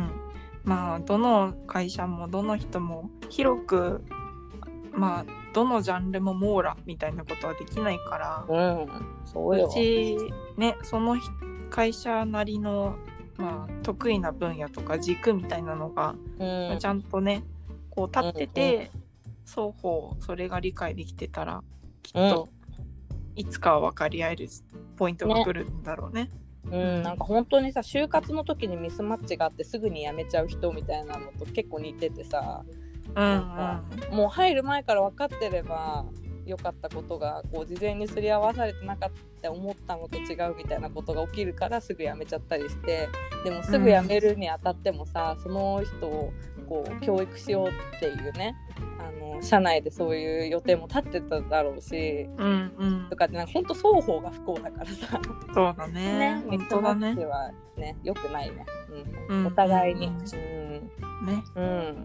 まあどの会社もどの人も広くまあどのジャンルも網羅みたいなことはできないから、うん、そうよ。うちねその会社なりの、まあ、得意な分野とか軸みたいなのが、うん、ちゃんとねこう立ってて、うんうん、双方それが理解できてたらきっと、うん、いつかは分かり合えるポイントが来るんだろうね。 ね、うん、なんか本当にさ就活の時にミスマッチがあってすぐに辞めちゃう人みたいなのと結構似ててさ、うんうん、なんかもう入る前から分かってれば良かったことがこう事前にすり合わされてなかった思ったのと違うみたいなことが起きるからすぐ辞めちゃったりして、でもすぐ辞めるにあたってもさ、うん、その人をこう教育しようっていうねあの社内でそういう予定も立ってただろうし、うんうん、とかってなんか本当双方が不幸だからさそうだねね本当だねミスマッチはね良くないね、うんうん、お互いに、うんうん、 ね、うん、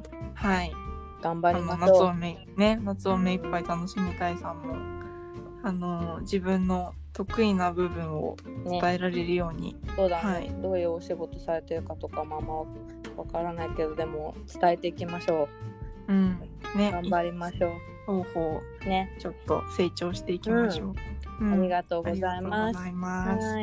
はい頑張りましょう。 夏をめ、ね、夏を目いっぱい楽しみたいさんも、あの自分の得意な部分を伝えられるように、 ね、そうだね、はい、どういうお仕事されてるかとかまあまあわからないけどでも伝えていきましょう。うんね、頑張りましょう。 方法ねちょっと成長していきましょう。 うんうん、ありがとうございます。 ありがとうございます。はい、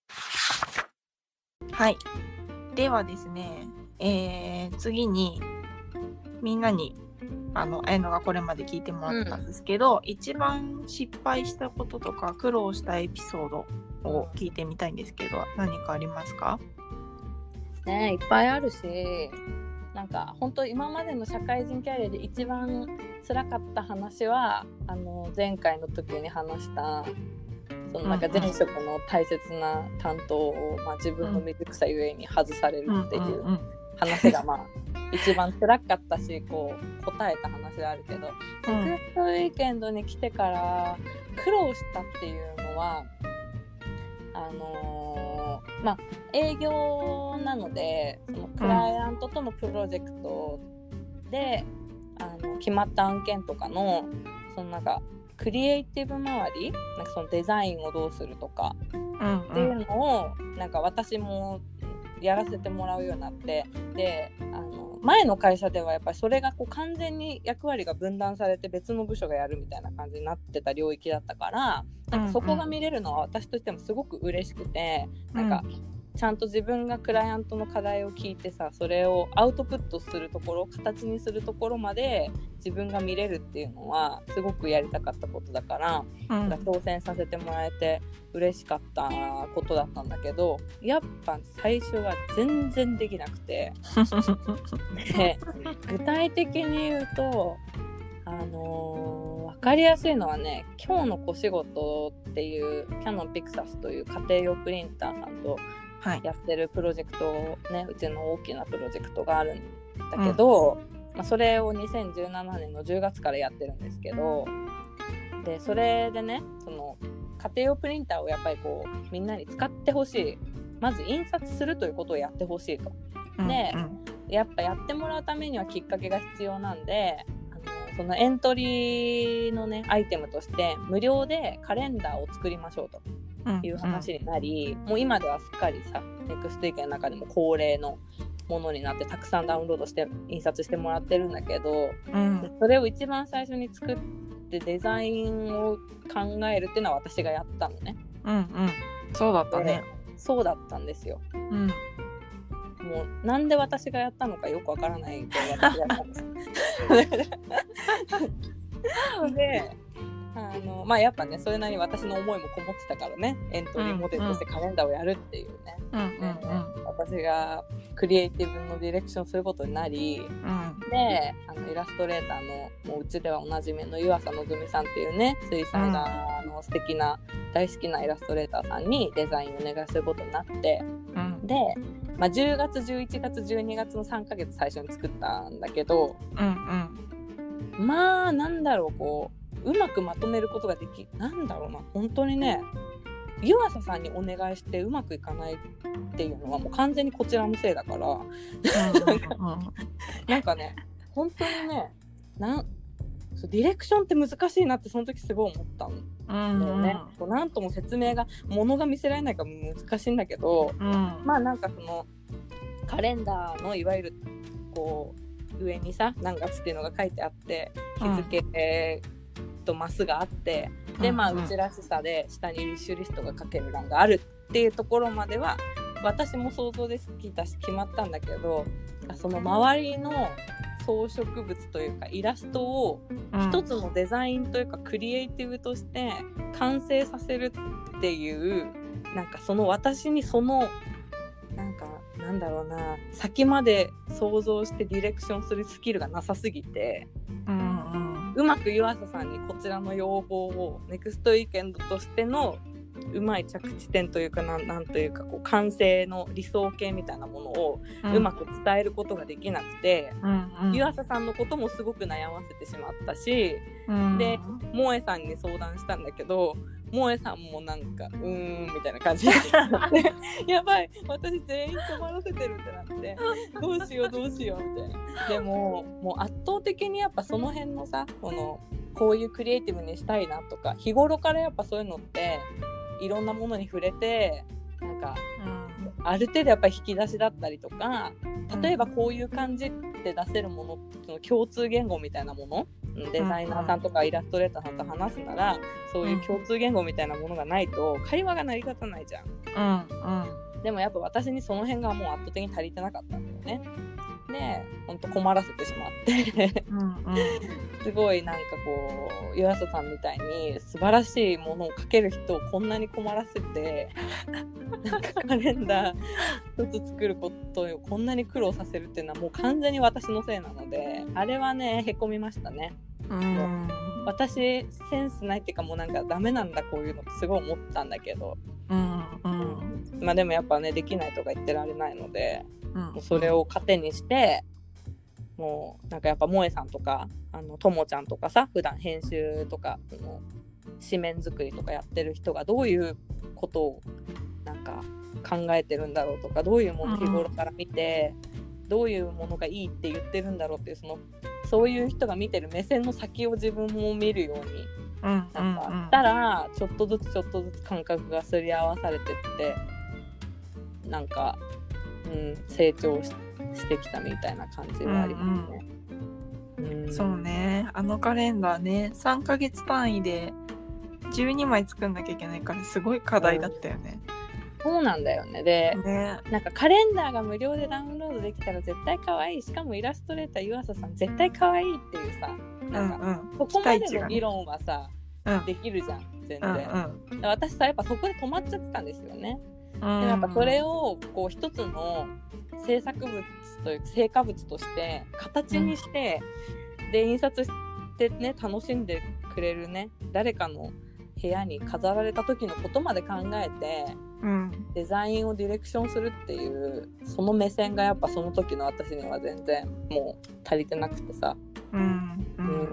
はい、ではですね、えー、次にみんなにあのあやのがこれまで聞いてもらったんですけど、うん、一番失敗したこととか苦労したエピソードを聞いてみたいんですけど、何かありますか？ ね、いっぱいあるし、なんか本当今までの社会人キャリアで一番辛かった話はあの前回の時に話したそのなんか前職の大切な担当を、まあ、自分の水草ゆえに外されるっていう話がまあ一番辛かったしこう答えた話であるけど、うん、リクエストウィーケンドに来てから苦労したっていうのはあのー、まあ営業なのでそのクライアントとのプロジェクトで、うん、あの決まった案件とかのそのなんかクリエイティブ周りなんかそのデザインをどうするとかっていうのをなんか私もやらせてもらうようになって、であの前の会社ではやっぱりそれがこう完全に役割が分断されて別の部署がやるみたいな感じになってた領域だったから、なんかそこが見れるのは私としてもすごく嬉しくて、なんかちゃんと自分がクライアントの課題を聞いてさそれをアウトプットするところ形にするところまで自分が見れるっていうのはすごくやりたかったことだから、うん、挑戦させてもらえて嬉しかったことだったんだけど、やっぱ最初は全然できなくてで具体的に言うとあのー、分かりやすいのはね今日の小仕事っていうキヤノンピクサスという家庭用プリンターさんとやってるプロジェクト、ね、うちの大きなプロジェクトがあるんだけど、うんまあ、それをにせんじゅうななねんのじゅうがつからやってるんですけど、でそれでねその家庭用プリンターをやっぱりこうみんなに使ってほしい、まず印刷するということをやってほしいと。で、うんうん、やっぱやってもらうためにはきっかけが必要なんで、あのそのエントリーのねアイテムとして無料でカレンダーを作りましょうという話になり、うんうん、もう今ではすっかりさネクストイケの中でも恒例のものになってたくさんダウンロードして印刷してもらってるんだけど、うん、それを一番最初に作ってデザインを考えるっていうのは私がやったのね。 うんうん、そうだったね。 そうだったんですよ。 うん、 もうなんで私がやったのかよくわからないけど私がやったんですで、あのまあやっぱねそれなりに私の思いもこもってたからね、エントリーモデルとしてカレンダーをやるっていうね、うんうん、私がクリエイティブのディレクションすることになり、うん、であのイラストレーターのもううちではおなじみの湯浅のぞみさんっていうね水彩画の素敵な大好きなイラストレーターさんにデザインをお願いすることになって、うん、で、まあ、じゅうがつじゅういちがつじゅうにがつのさんかげつ最初に作ったんだけど、うんうん、まあなんだろうこううまくまとめることができなんだろうな本当にね湯浅さんにお願いしてうまくいかないっていうのはもう完全にこちらのせいだからなんか、なんかね本当にねなんそうディレクションって難しいなってその時すごい思ったんだよね、うんうん、なんとも説明が物が見せられないから難しいんだけど、うん、まあなんかそのカレンダーのいわゆるこう上にさ何月っていうのが書いてあって日付とマスがあって、うん、でまあうちらしさで下にウィッシュリストが書ける欄があるっていうところまでは私も想像できたし決まったんだけど、その周りの装飾物というかイラストを一つのデザインというかクリエイティブとして完成させるっていうなんかその私にそのなんかなんだろうな先まで想像してディレクションするスキルがなさすぎて、うんうん、うまく湯浅さんにこちらの要望をネクストウィーケンドとしてのうまい着地点というか な, なんというかこう完成の理想形みたいなものをうまく伝えることができなくて、うんうん、湯浅さんのこともすごく悩ませてしまったし、うん、で萌えさんに相談したんだけど萌えさんもなんかうーんみたいな感じでやばい私全員困らせてるってなってどうしようどうしようみたいな。でももう圧倒的にやっぱその辺のさこのこういうクリエイティブにしたいなとか日頃からやっぱそういうのっていろんなものに触れてなんか、うん、ある程度やっぱり引き出しだったりとか例えばこういう感じって出せるものの共通言語みたいなものデザイナーさんとかイラストレーターさんと話すならそういう共通言語みたいなものがないと会話が成り立たないじゃん、うんうん、でもやっぱ私にその辺がもう圧倒的に足りてなかったんだよね。でほんと困らせてしまってうん、うん、すごいなんかこう湯浅さんみたいに素晴らしいものを書ける人をこんなに困らせてなんかカレンダー一つ作ることをこんなに苦労させるっていうのはもう完全に私のせいなのであれはねへこみましたね。うん私センスないっていうかもうなんかダメなんだこういうのってすごい思ったんだけど、うんうん、まあでもやっぱねできないとか言ってられないので、うん、もうそれを糧にしてもうなんかやっぱ萌えさんとかあのともちゃんとかさ普段編集とかの紙面作りとかやってる人がどういうことをなんか考えてるんだろうとかどういうものを日頃から見て、うん、どういうものがいいって言ってるんだろうっていうそのそういう人が見てる目線の先を自分も見るように、うん、なんかしたらちょっとずつちょっとずつ感覚がすり合わされてってなんか、うん、成長 し, してきたみたいな感じはありますね、 うんうんうん、そうねあのカレンダーねさんかげつ単位でじゅうにまい作んなきゃいけないからすごい課題だったよね、 うん、そうなんだよね。で、ね、なんかカレンダーが無料でダウンロードできたら絶対可愛いしかもイラストレーター湯浅さん絶対可愛いっていうさなんか、うんうん、ここまでの議論はさ、ね、できるじゃん全然、うんうん、私さやっぱそこで止まっちゃってたんですよね、うん、でやっぱそれをこう一つの制作物という成果物として形にして、うん、で印刷してね楽しんでくれるね誰かの部屋に飾られた時のことまで考えて、 うん、 デザインをディレクションするっていうその目線がやっぱその時の私には全然もう足りてなくてさ、 うんうんうん、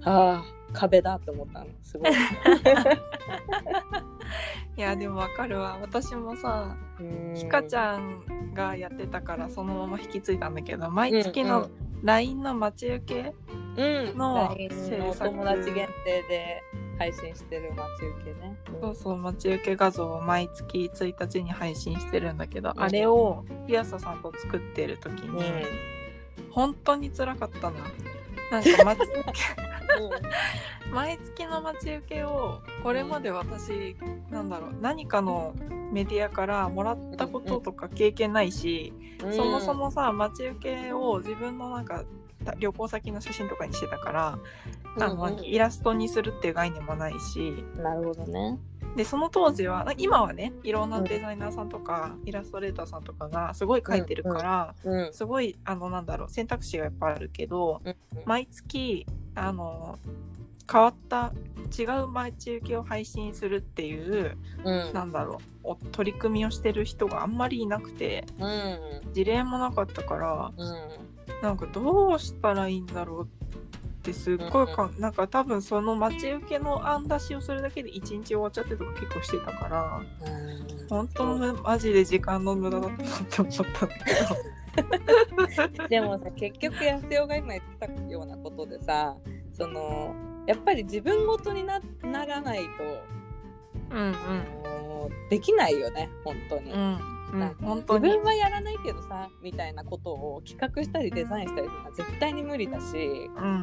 あー壁だって思ったのすごいいやでもわかるわ。私もさ、ひかちゃんがやってたからそのまま引き継いだんだけど、毎月の ライン の待ち受けの制作、 うん、友達限定で配信してる待ち受けね、 うん、そうそう、待ち受け画像を毎月ついたちに配信してるんだけど、うん、あれをピアサさんと作ってる時に、うん、本当に辛かったな。なんか待ち受けうん、毎月の待ち受けをこれまで私、うん、なんだろう、何かのメディアからもらったこととか経験ないし、うん、そもそもさ待ち受けを自分のなんか旅行先の写真とかにしてたから、うん、あのイラストにするっていう概念もないし。 なるほどね。 でその当時は今はねいろんなデザイナーさんとか、うん、イラストレーターさんとかがすごい描いてるから、うんうん、すごいあのなんだろう選択肢がやっぱあるけど、うんうん、毎月あの変わった違う待ち受けを配信するっていう、うん、なんだろう取り組みをしてる人があんまりいなくて、うん、事例もなかったから、うん、なんかどうしたらいいんだろうってすっごいか、うん、なんか多分その待ち受けの案出しをするだけで一日終わっちゃってとか結構してたから、うん、本当マジで時間の無駄だったなって思ったんだけどでもさ結局やすよが今言ってたようなことでさ、そのやっぱり自分ごとに な, ならないと、うんうん、できないよね本当に、うんうん、本当に自分はやらないけどさみたいなことを企画したりデザインしたりするのは絶対に無理だし、うんうん、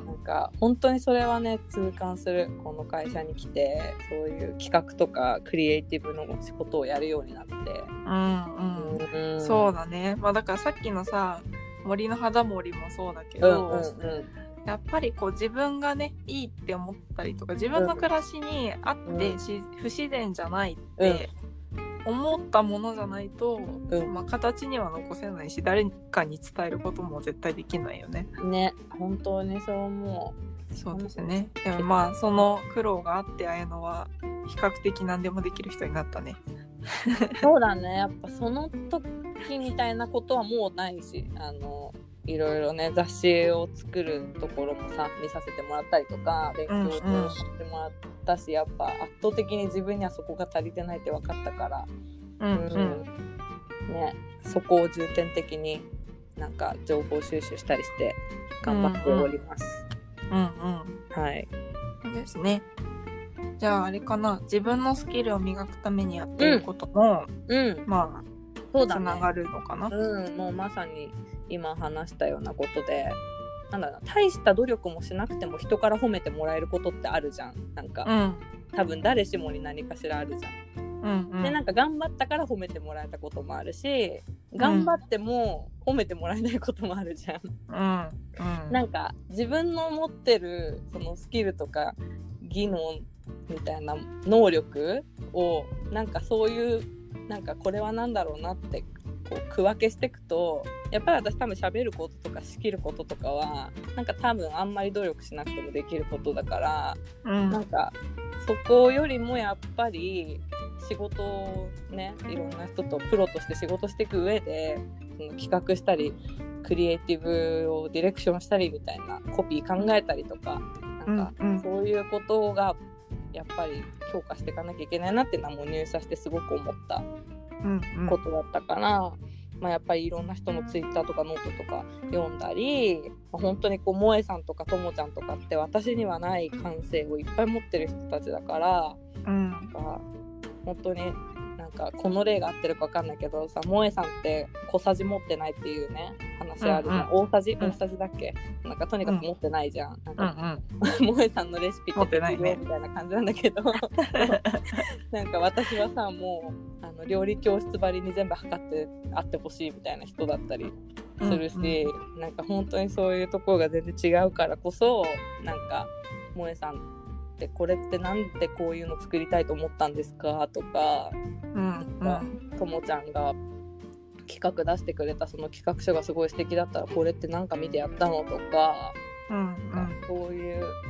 なんか本当にそれはね痛感する。この会社に来てそういう企画とかクリエイティブの仕事をやるようになって、うんうんうん、そうだね、まあ、だからさっきのさ森の肌森もそうだけど、うんうんうん、やっぱりこう自分がねいいって思ったりとか自分の暮らしにあってし、うん、不自然じゃないって思ったものじゃないと、うんまあ、形には残せないし誰かに伝えることも絶対できないよね。 ね、本当にそう思う。そうですね。でもまあその苦労があって綾乃は比較的何でもできる人になったね。 そうだね。やっぱその時みたいなことはもうないし、あのいろいろね雑誌を作るところもさ見させてもらったりとか勉強してもらったし、うんうん、やっぱ圧倒的に自分にはそこが足りてないって分かったから、うんうんうんね、そこを重点的になんか情報収集したりして頑張っております。 うんうん、うん、 はい。 そうですね。じゃああれかな、自分のスキルを磨くためにやっていることも、うんうん、まあそうだね、つながるのかな。 うん、もうまさに今話したようなことで、なんだろうな、大した努力もしなくても人から褒めてもらえることってあるじゃん。なんか、うん、多分誰しもに何かしらあるじゃん。うんうん、でなんか頑張ったから褒めてもらえたこともあるし、頑張っても褒めてもらえないこともあるじゃん。うんうん、なんか自分の持ってるそのスキルとか技能みたいな能力をなんかそういうなんかこれはなんだろうなってこう区分けしていくと、やっぱり私多分喋ることとか仕切ることとかはなんか多分あんまり努力しなくてもできることだから、うん、なんかそこよりもやっぱり仕事をねいろんな人とプロとして仕事していく上でその企画したりクリエイティブをディレクションしたりみたいなコピー考えたりとかなんかそういうことがやっぱり強化していかなきゃいけないなっていうのはもう入社してすごく思ったことだったから、うんうんまあ、やっぱりいろんな人のツイッターとかノートとか読んだり、まあ、本当にこう萌えさんとかともちゃんとかって私にはない感性をいっぱい持ってる人たちだから、うん、なんか本当になんかこの例が合ってるか分かんないけどさ、萌えさんって小さじ持ってないっていうね話あるじゃん、うんうん、大さじ大さじだっけ、なんかとにかく持ってないじゃん、うん、なんか、うんうん、萌えさんのレシピって適量みたいな感じなんだけどなんか私はさもうあの料理教室ばりに全部測ってあってほしいみたいな人だったりするし、うんうん、なんか本当にそういうところが全然違うからこそなんか萌えさんでこれってなんでこういうの作りたいと思ったんですかとか、うんうん、ともちゃんが企画出してくれたその企画書がすごい素敵だったらこれってなんか見てやったのとか、うんうん、そういう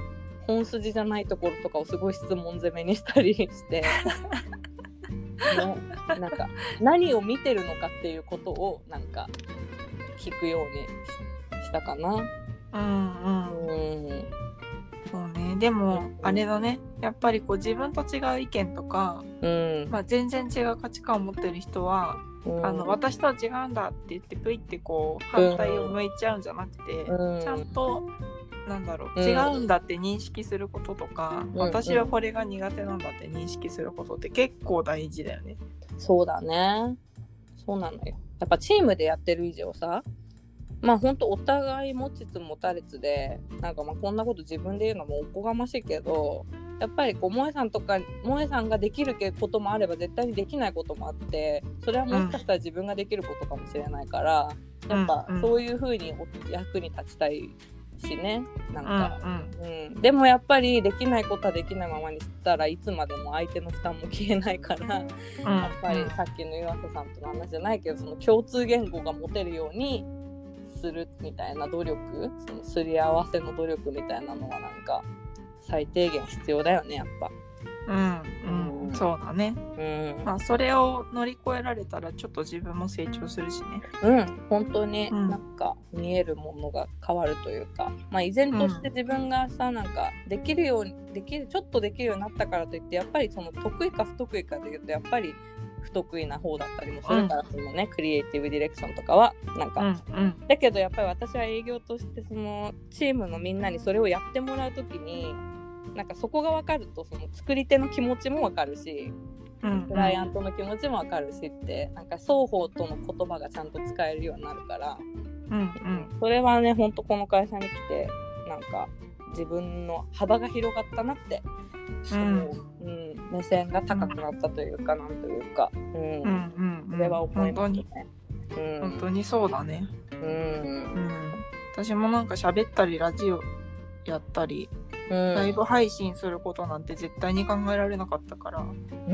本筋じゃないところとかをすごい質問攻めにしたりしてね、なんか何を見てるのかっていうことをなんか聞くように し, したかな。 うんうんうんそうね、でもあれだね、やっぱりこう自分と違う意見とか、 うんまあ、全然違う価値観を持ってる人は、うん、あの私とは違うんだって言ってプイってこう反対を向いちゃうんじゃなくて、うん、ちゃんとなんだろう、うん、違うんだって認識することとか、うん、私はこれが苦手なんだって認識することって結構大事だよね。 そうだね、そうなのよ。やっぱチームでやってる以上さ、まあ本当お互い持ちつ持たれつで、なんかまあこんなこと自分で言うのもおこがましいけど、やっぱりこう萌さんとか萌さんができることもあれば絶対にできないこともあって、それはもしかしたら自分ができることかもしれないから、うん、やっぱそういう風に役に立ちたいしね、なんか、うんうんうん、でもやっぱりできないことはできないままにしたらいつまでも相手の負担も消えないから、うん、やっぱりさっきの岩佐さんとの話じゃないけど、その共通言語が持てるようにするみたいな努力、そのすり合わせの努力みたいなのはなんか最低限必要だよね、やっぱ。 うん、うん、そうだね。うん、まあそれを乗り越えられたらちょっと自分も成長するしね。 うん、本当になんか見えるものが変わるというか、まあ依然として自分がさ、なんかできるようにできるちょっとできるようになったからといってやっぱりその得意か不得意かというとやっぱり不得意な方だったりもするから、そのね、クリエイティブディレクションとかはなんか、うんうん、だけどやっぱり私は営業としてそのチームのみんなにそれをやってもらうときになんかそこが分かるとその作り手の気持ちも分かるし、うんうん、クライアントの気持ちも分かるしってなんか双方との言葉がちゃんと使えるようになるから、うんうん、それはねほんとこの会社に来てなんか自分の幅が広がったなって、うんうん、目線が高くなったというか、なんというか、うんうんうんうん、それは思いますね。 本当に、うん、本当にそうだね。うんうん、私もなんか喋ったりラジオやったり、うん、ライブ配信することなんて絶対に考えられなかったから、 うん、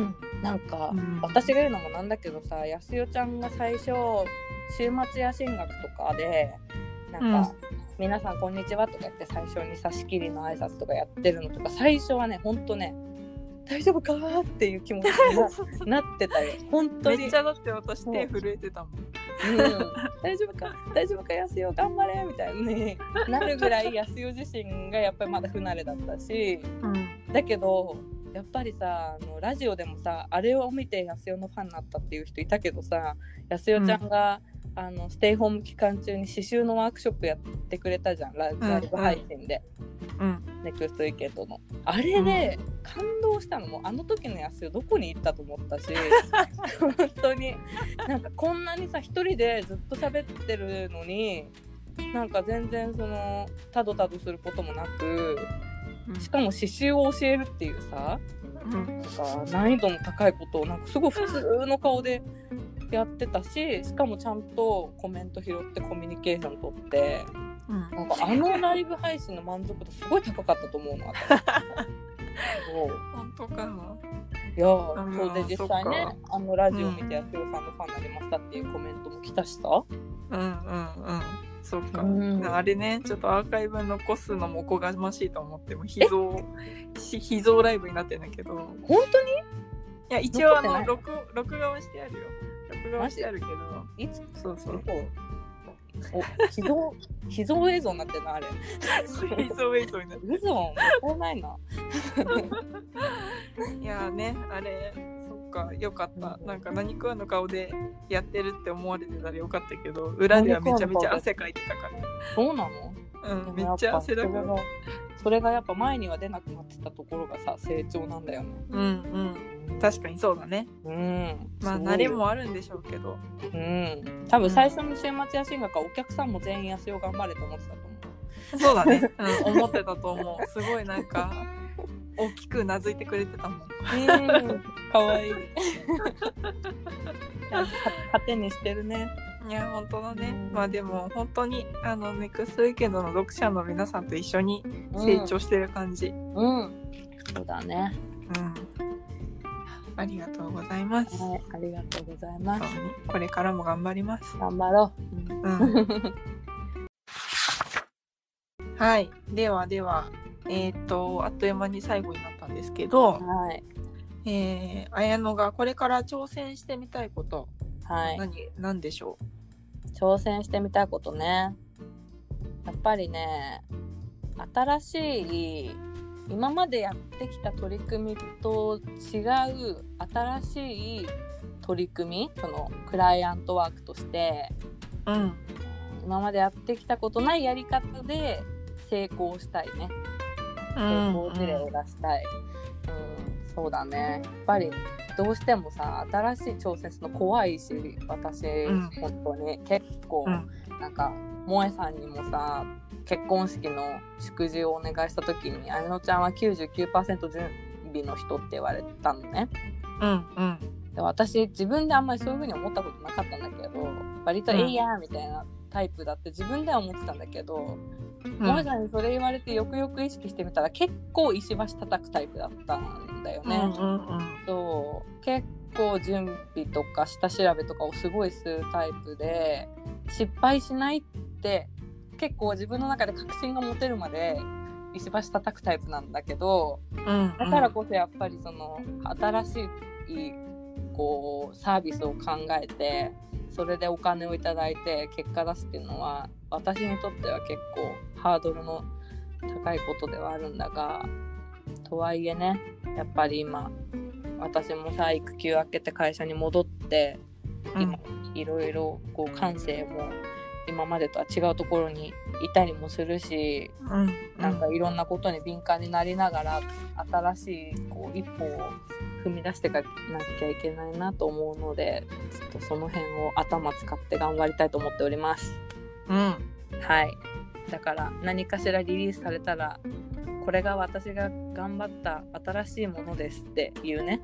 なんか、うん、私が言うのもなんだけどさ、やすよちゃんが最初週末夜進学とかでなんか、うん、皆さんこんにちはとか言って最初に差し切りの挨拶とかやってるのとか最初はねほんとね大丈夫かーっていう気持ちに な, なってたよ本当に。 めっちゃだって私手震えてたもん、 うん、大丈夫か大丈夫かやすよ頑張れみたいなねなるぐらいやすよ自身がやっぱりまだ不慣れだったし、うん、だけどやっぱりさあのラジオでもさあれを見てやすよのファンになったっていう人いたけどさ、やすよちゃんが、うん、あのステイホーム期間中に刺繍のワークショップやってくれたじゃん、ライブ配信で、うん、ネクストウィーケンドのあれで感動したのも、あの時のやすよどこに行ったと思ったし本当になんかこんなにさ一人でずっと喋ってるのになんか全然そのたどたどすることもなく、しかも刺繍を教えるっていうさ、うん、なんか難易度の高いことをなんかすごい普通の顔でやってたし、しかもちゃんとコメント拾ってコミュニケーション取って、うん、なんかあのライブ配信の満足度すごい高かったと思うの私本当かな。 いやそうで実際ねあのラジオ見てやすよさんのファンになりましたっていうコメントも来たしさ、 うんうんうんそっか、うん、あれねちょっとアーカイブ残すのもおこがましいと思っても秘蔵秘蔵ライブになってんだけど。 本当に？ いや一応あの録録画はしてあるよ。録画はしてあるけどいつそうそうお秘蔵秘蔵映像になってんのあれ秘蔵映像になってる。 嘘もったいないな。 いやねあれかよかった、なんか何食わぬ顔でやってるって思われてたらよかったけど裏ではめちゃめちゃ汗かいてたから。 そうなの？ うんめっちゃ汗だから。 それがやっぱ前には出なくなってたところがさ成長なんだよね。 うんうん確かにそうだね。うんまあ慣れもあるんでしょうけど、 うん多分最初の週末夜進学はお客さんも全員やすよ頑張れと思ってたと思う。そうだね、うん、思ってたと思う。すごいなんか大きくうなずいてくれてたもん。 えー、かわいい。糧にしてるね。 いや本当だね。まあでも本当にあのネクストウィーケンドの読者の皆さんと一緒に成長してる感じ。うん、うん、 そうだね。うん。 ありがとうございます。 はい、ありがとうございます。 これからも頑張ります。 頑張ろう。うん。 はい、ではでは。 えー、とあっという間に最後になったんですけど、 はい、 えー、綾乃がこれから挑戦してみたいこと、 はい、 何何でしょう。挑戦してみたいことね。やっぱりね、新しい今までやってきた取り組みと違う新しい取り組み、そのクライアントワークとして、 う。うん。 今までやってきたことないやり方で成功したいね。成功事例を出したい、うんうん、そうだね。やっぱりどうしてもさ、新しい挑戦するの怖いし、私、うん、本当に結構、うん、なんか萌えさんにもさ、結婚式の祝辞をお願いした時に、あやのちゃんは きゅうじゅうきゅうパーセント 準備の人って言われたのね。 うんうん。 で、私自分であんまりそういう風に思ったことなかったんだけど、割とえいやーみたいなタイプだって自分では思ってたんだけど、萌えさんにそれ言われてよくよく意識してみたら結構石橋叩くタイプだったんだよね、うんうんうん、そう結構準備とか下調べとかをすごいするタイプで、失敗しないって結構自分の中で確信が持てるまで石橋叩くタイプなんだけど、うんうん、だからこそやっぱりその新しいこうサービスを考えてそれでお金をいただいて結果出すっていうのは私にとっては結構ハードルの高いことではあるんだが、とはいえね、やっぱり今私もさ育休明けて会社に戻って今いろいろこう感性も今までとは違うところにいたりもするし、うん、なんかいろんなことに敏感になりながら新しいこう一歩を踏み出していかなきゃいけないなと思うので、ちょっとその辺を頭使って頑張りたいと思っております。うん、はい。だから何かしらリリースされたらこれが私が頑張った新しいものですっていうね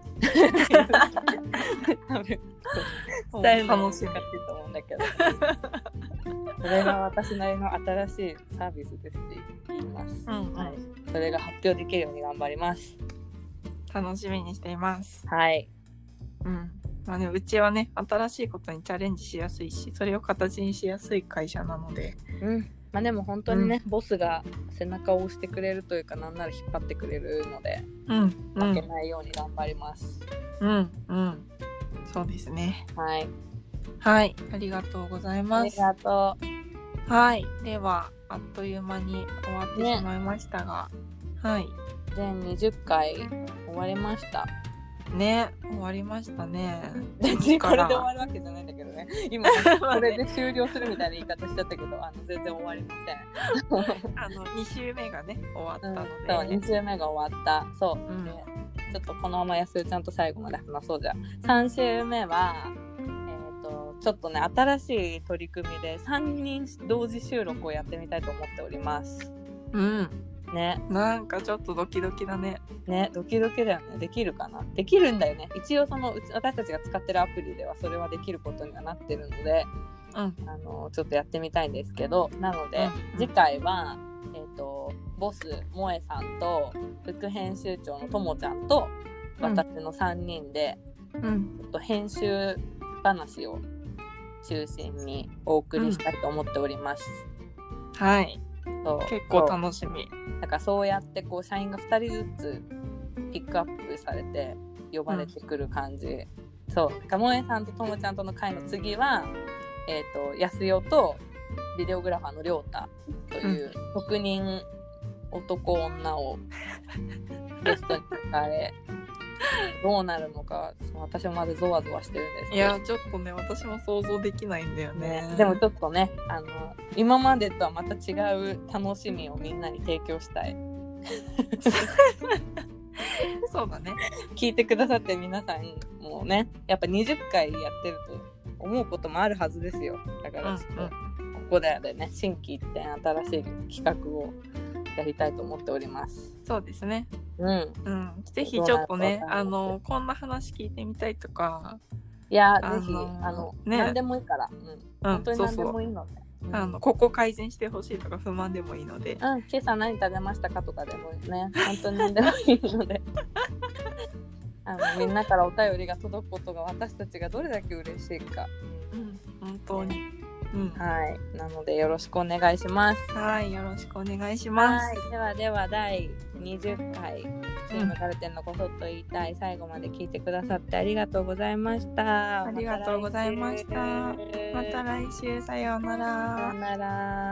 多分伝えるの難しいと思うんだけどこれが私なりの新しいサービスですって言います、うんうん、はい、それが発表できるように頑張ります。 楽しみにしています。 はい、 うん、まあね、うちはね新しいことにチャレンジしやすいしそれを形にしやすい会社なので、 うん、まあでも本当にね、うん、ボスが背中を押してくれるというかなんなら引っ張ってくれるので、うん、負けないように頑張ります。 うんうん、そうですね。 はいはい、ありがとうございます。 ありがとう。はい、ではあっという間に終わってしまいましたが、ね、はい、 全にじゅっかい終わりましたね。終わりましたね。 全然これで終わるわけじゃないんだけどね。今これで終了するみたいな言い方しちゃったけど、あの全然終わりません。あのに週目がね終わったので、うん、 そうに週目が終わった。そう、うん、ちょっとこのままやすうちゃんと最後まで話そうじゃ。さん週目はえっとちょっとね新しい取り組みでさんにん同時収録をやってみたいと思っております。 うん。 ね、 なんかちょっとドキドキだね。 ね、ドキドキだよね。できるかな。できるんだよね。一応その私たちが使ってるアプリではそれはできることにはなってるので、うん、あのちょっとやってみたいんですけど、なので、うん、次回はえっとボス萌えさんと副編集長のともちゃんと私のさんにんで、うん、ちょっと編集話を中心にお送りしたいと思っております。 うん、はい。そう結構楽しみ。 だからそうやってこう社員がふたりずつピックアップされて呼ばれてくる感じ、うん、そう萌えさんとともちゃんとの会の次はえっ、ー、とやすよとビデオグラファーのりょうたというろくにん男女をゲストに迎えどうなるのか私もまだゾワゾワしてるんですけど、 いやちょっとね私も想像できないんだよ ね, ねでもちょっとねあの今までとはまた違う楽しみをみんなに提供したいそうだね。 聞いてくださって皆さんもねやっぱにじゅっかいやってると思うこともあるはずですよ。だからちょっとここでね心機一転新しい企画をやりたいと思っております。 そうですね。 うん、 うん、ぜひちょっとねあのこんな話聞いてみたいとか、 いやぜひあの、ね、何でもいいから、うん、本当に何でもいいので、そうそう、 うん、あのここ改善してほしいとか不満でもいいので、 うん、今朝何食べましたかとかでもね本当に何でもいいのであのみんなからお便りが届くことが私たちがどれだけ嬉しいか、 うん、本当にうん、 はい、なのでよろしくお願いします。 はい、よろしくお願いします。 はい、ではではだいにじゅっかいチームカルテンのこそっと言いたい、最後まで聞いてくださってありがとうございました。 ありがとうございました。また来週、さようなら。 さようなら。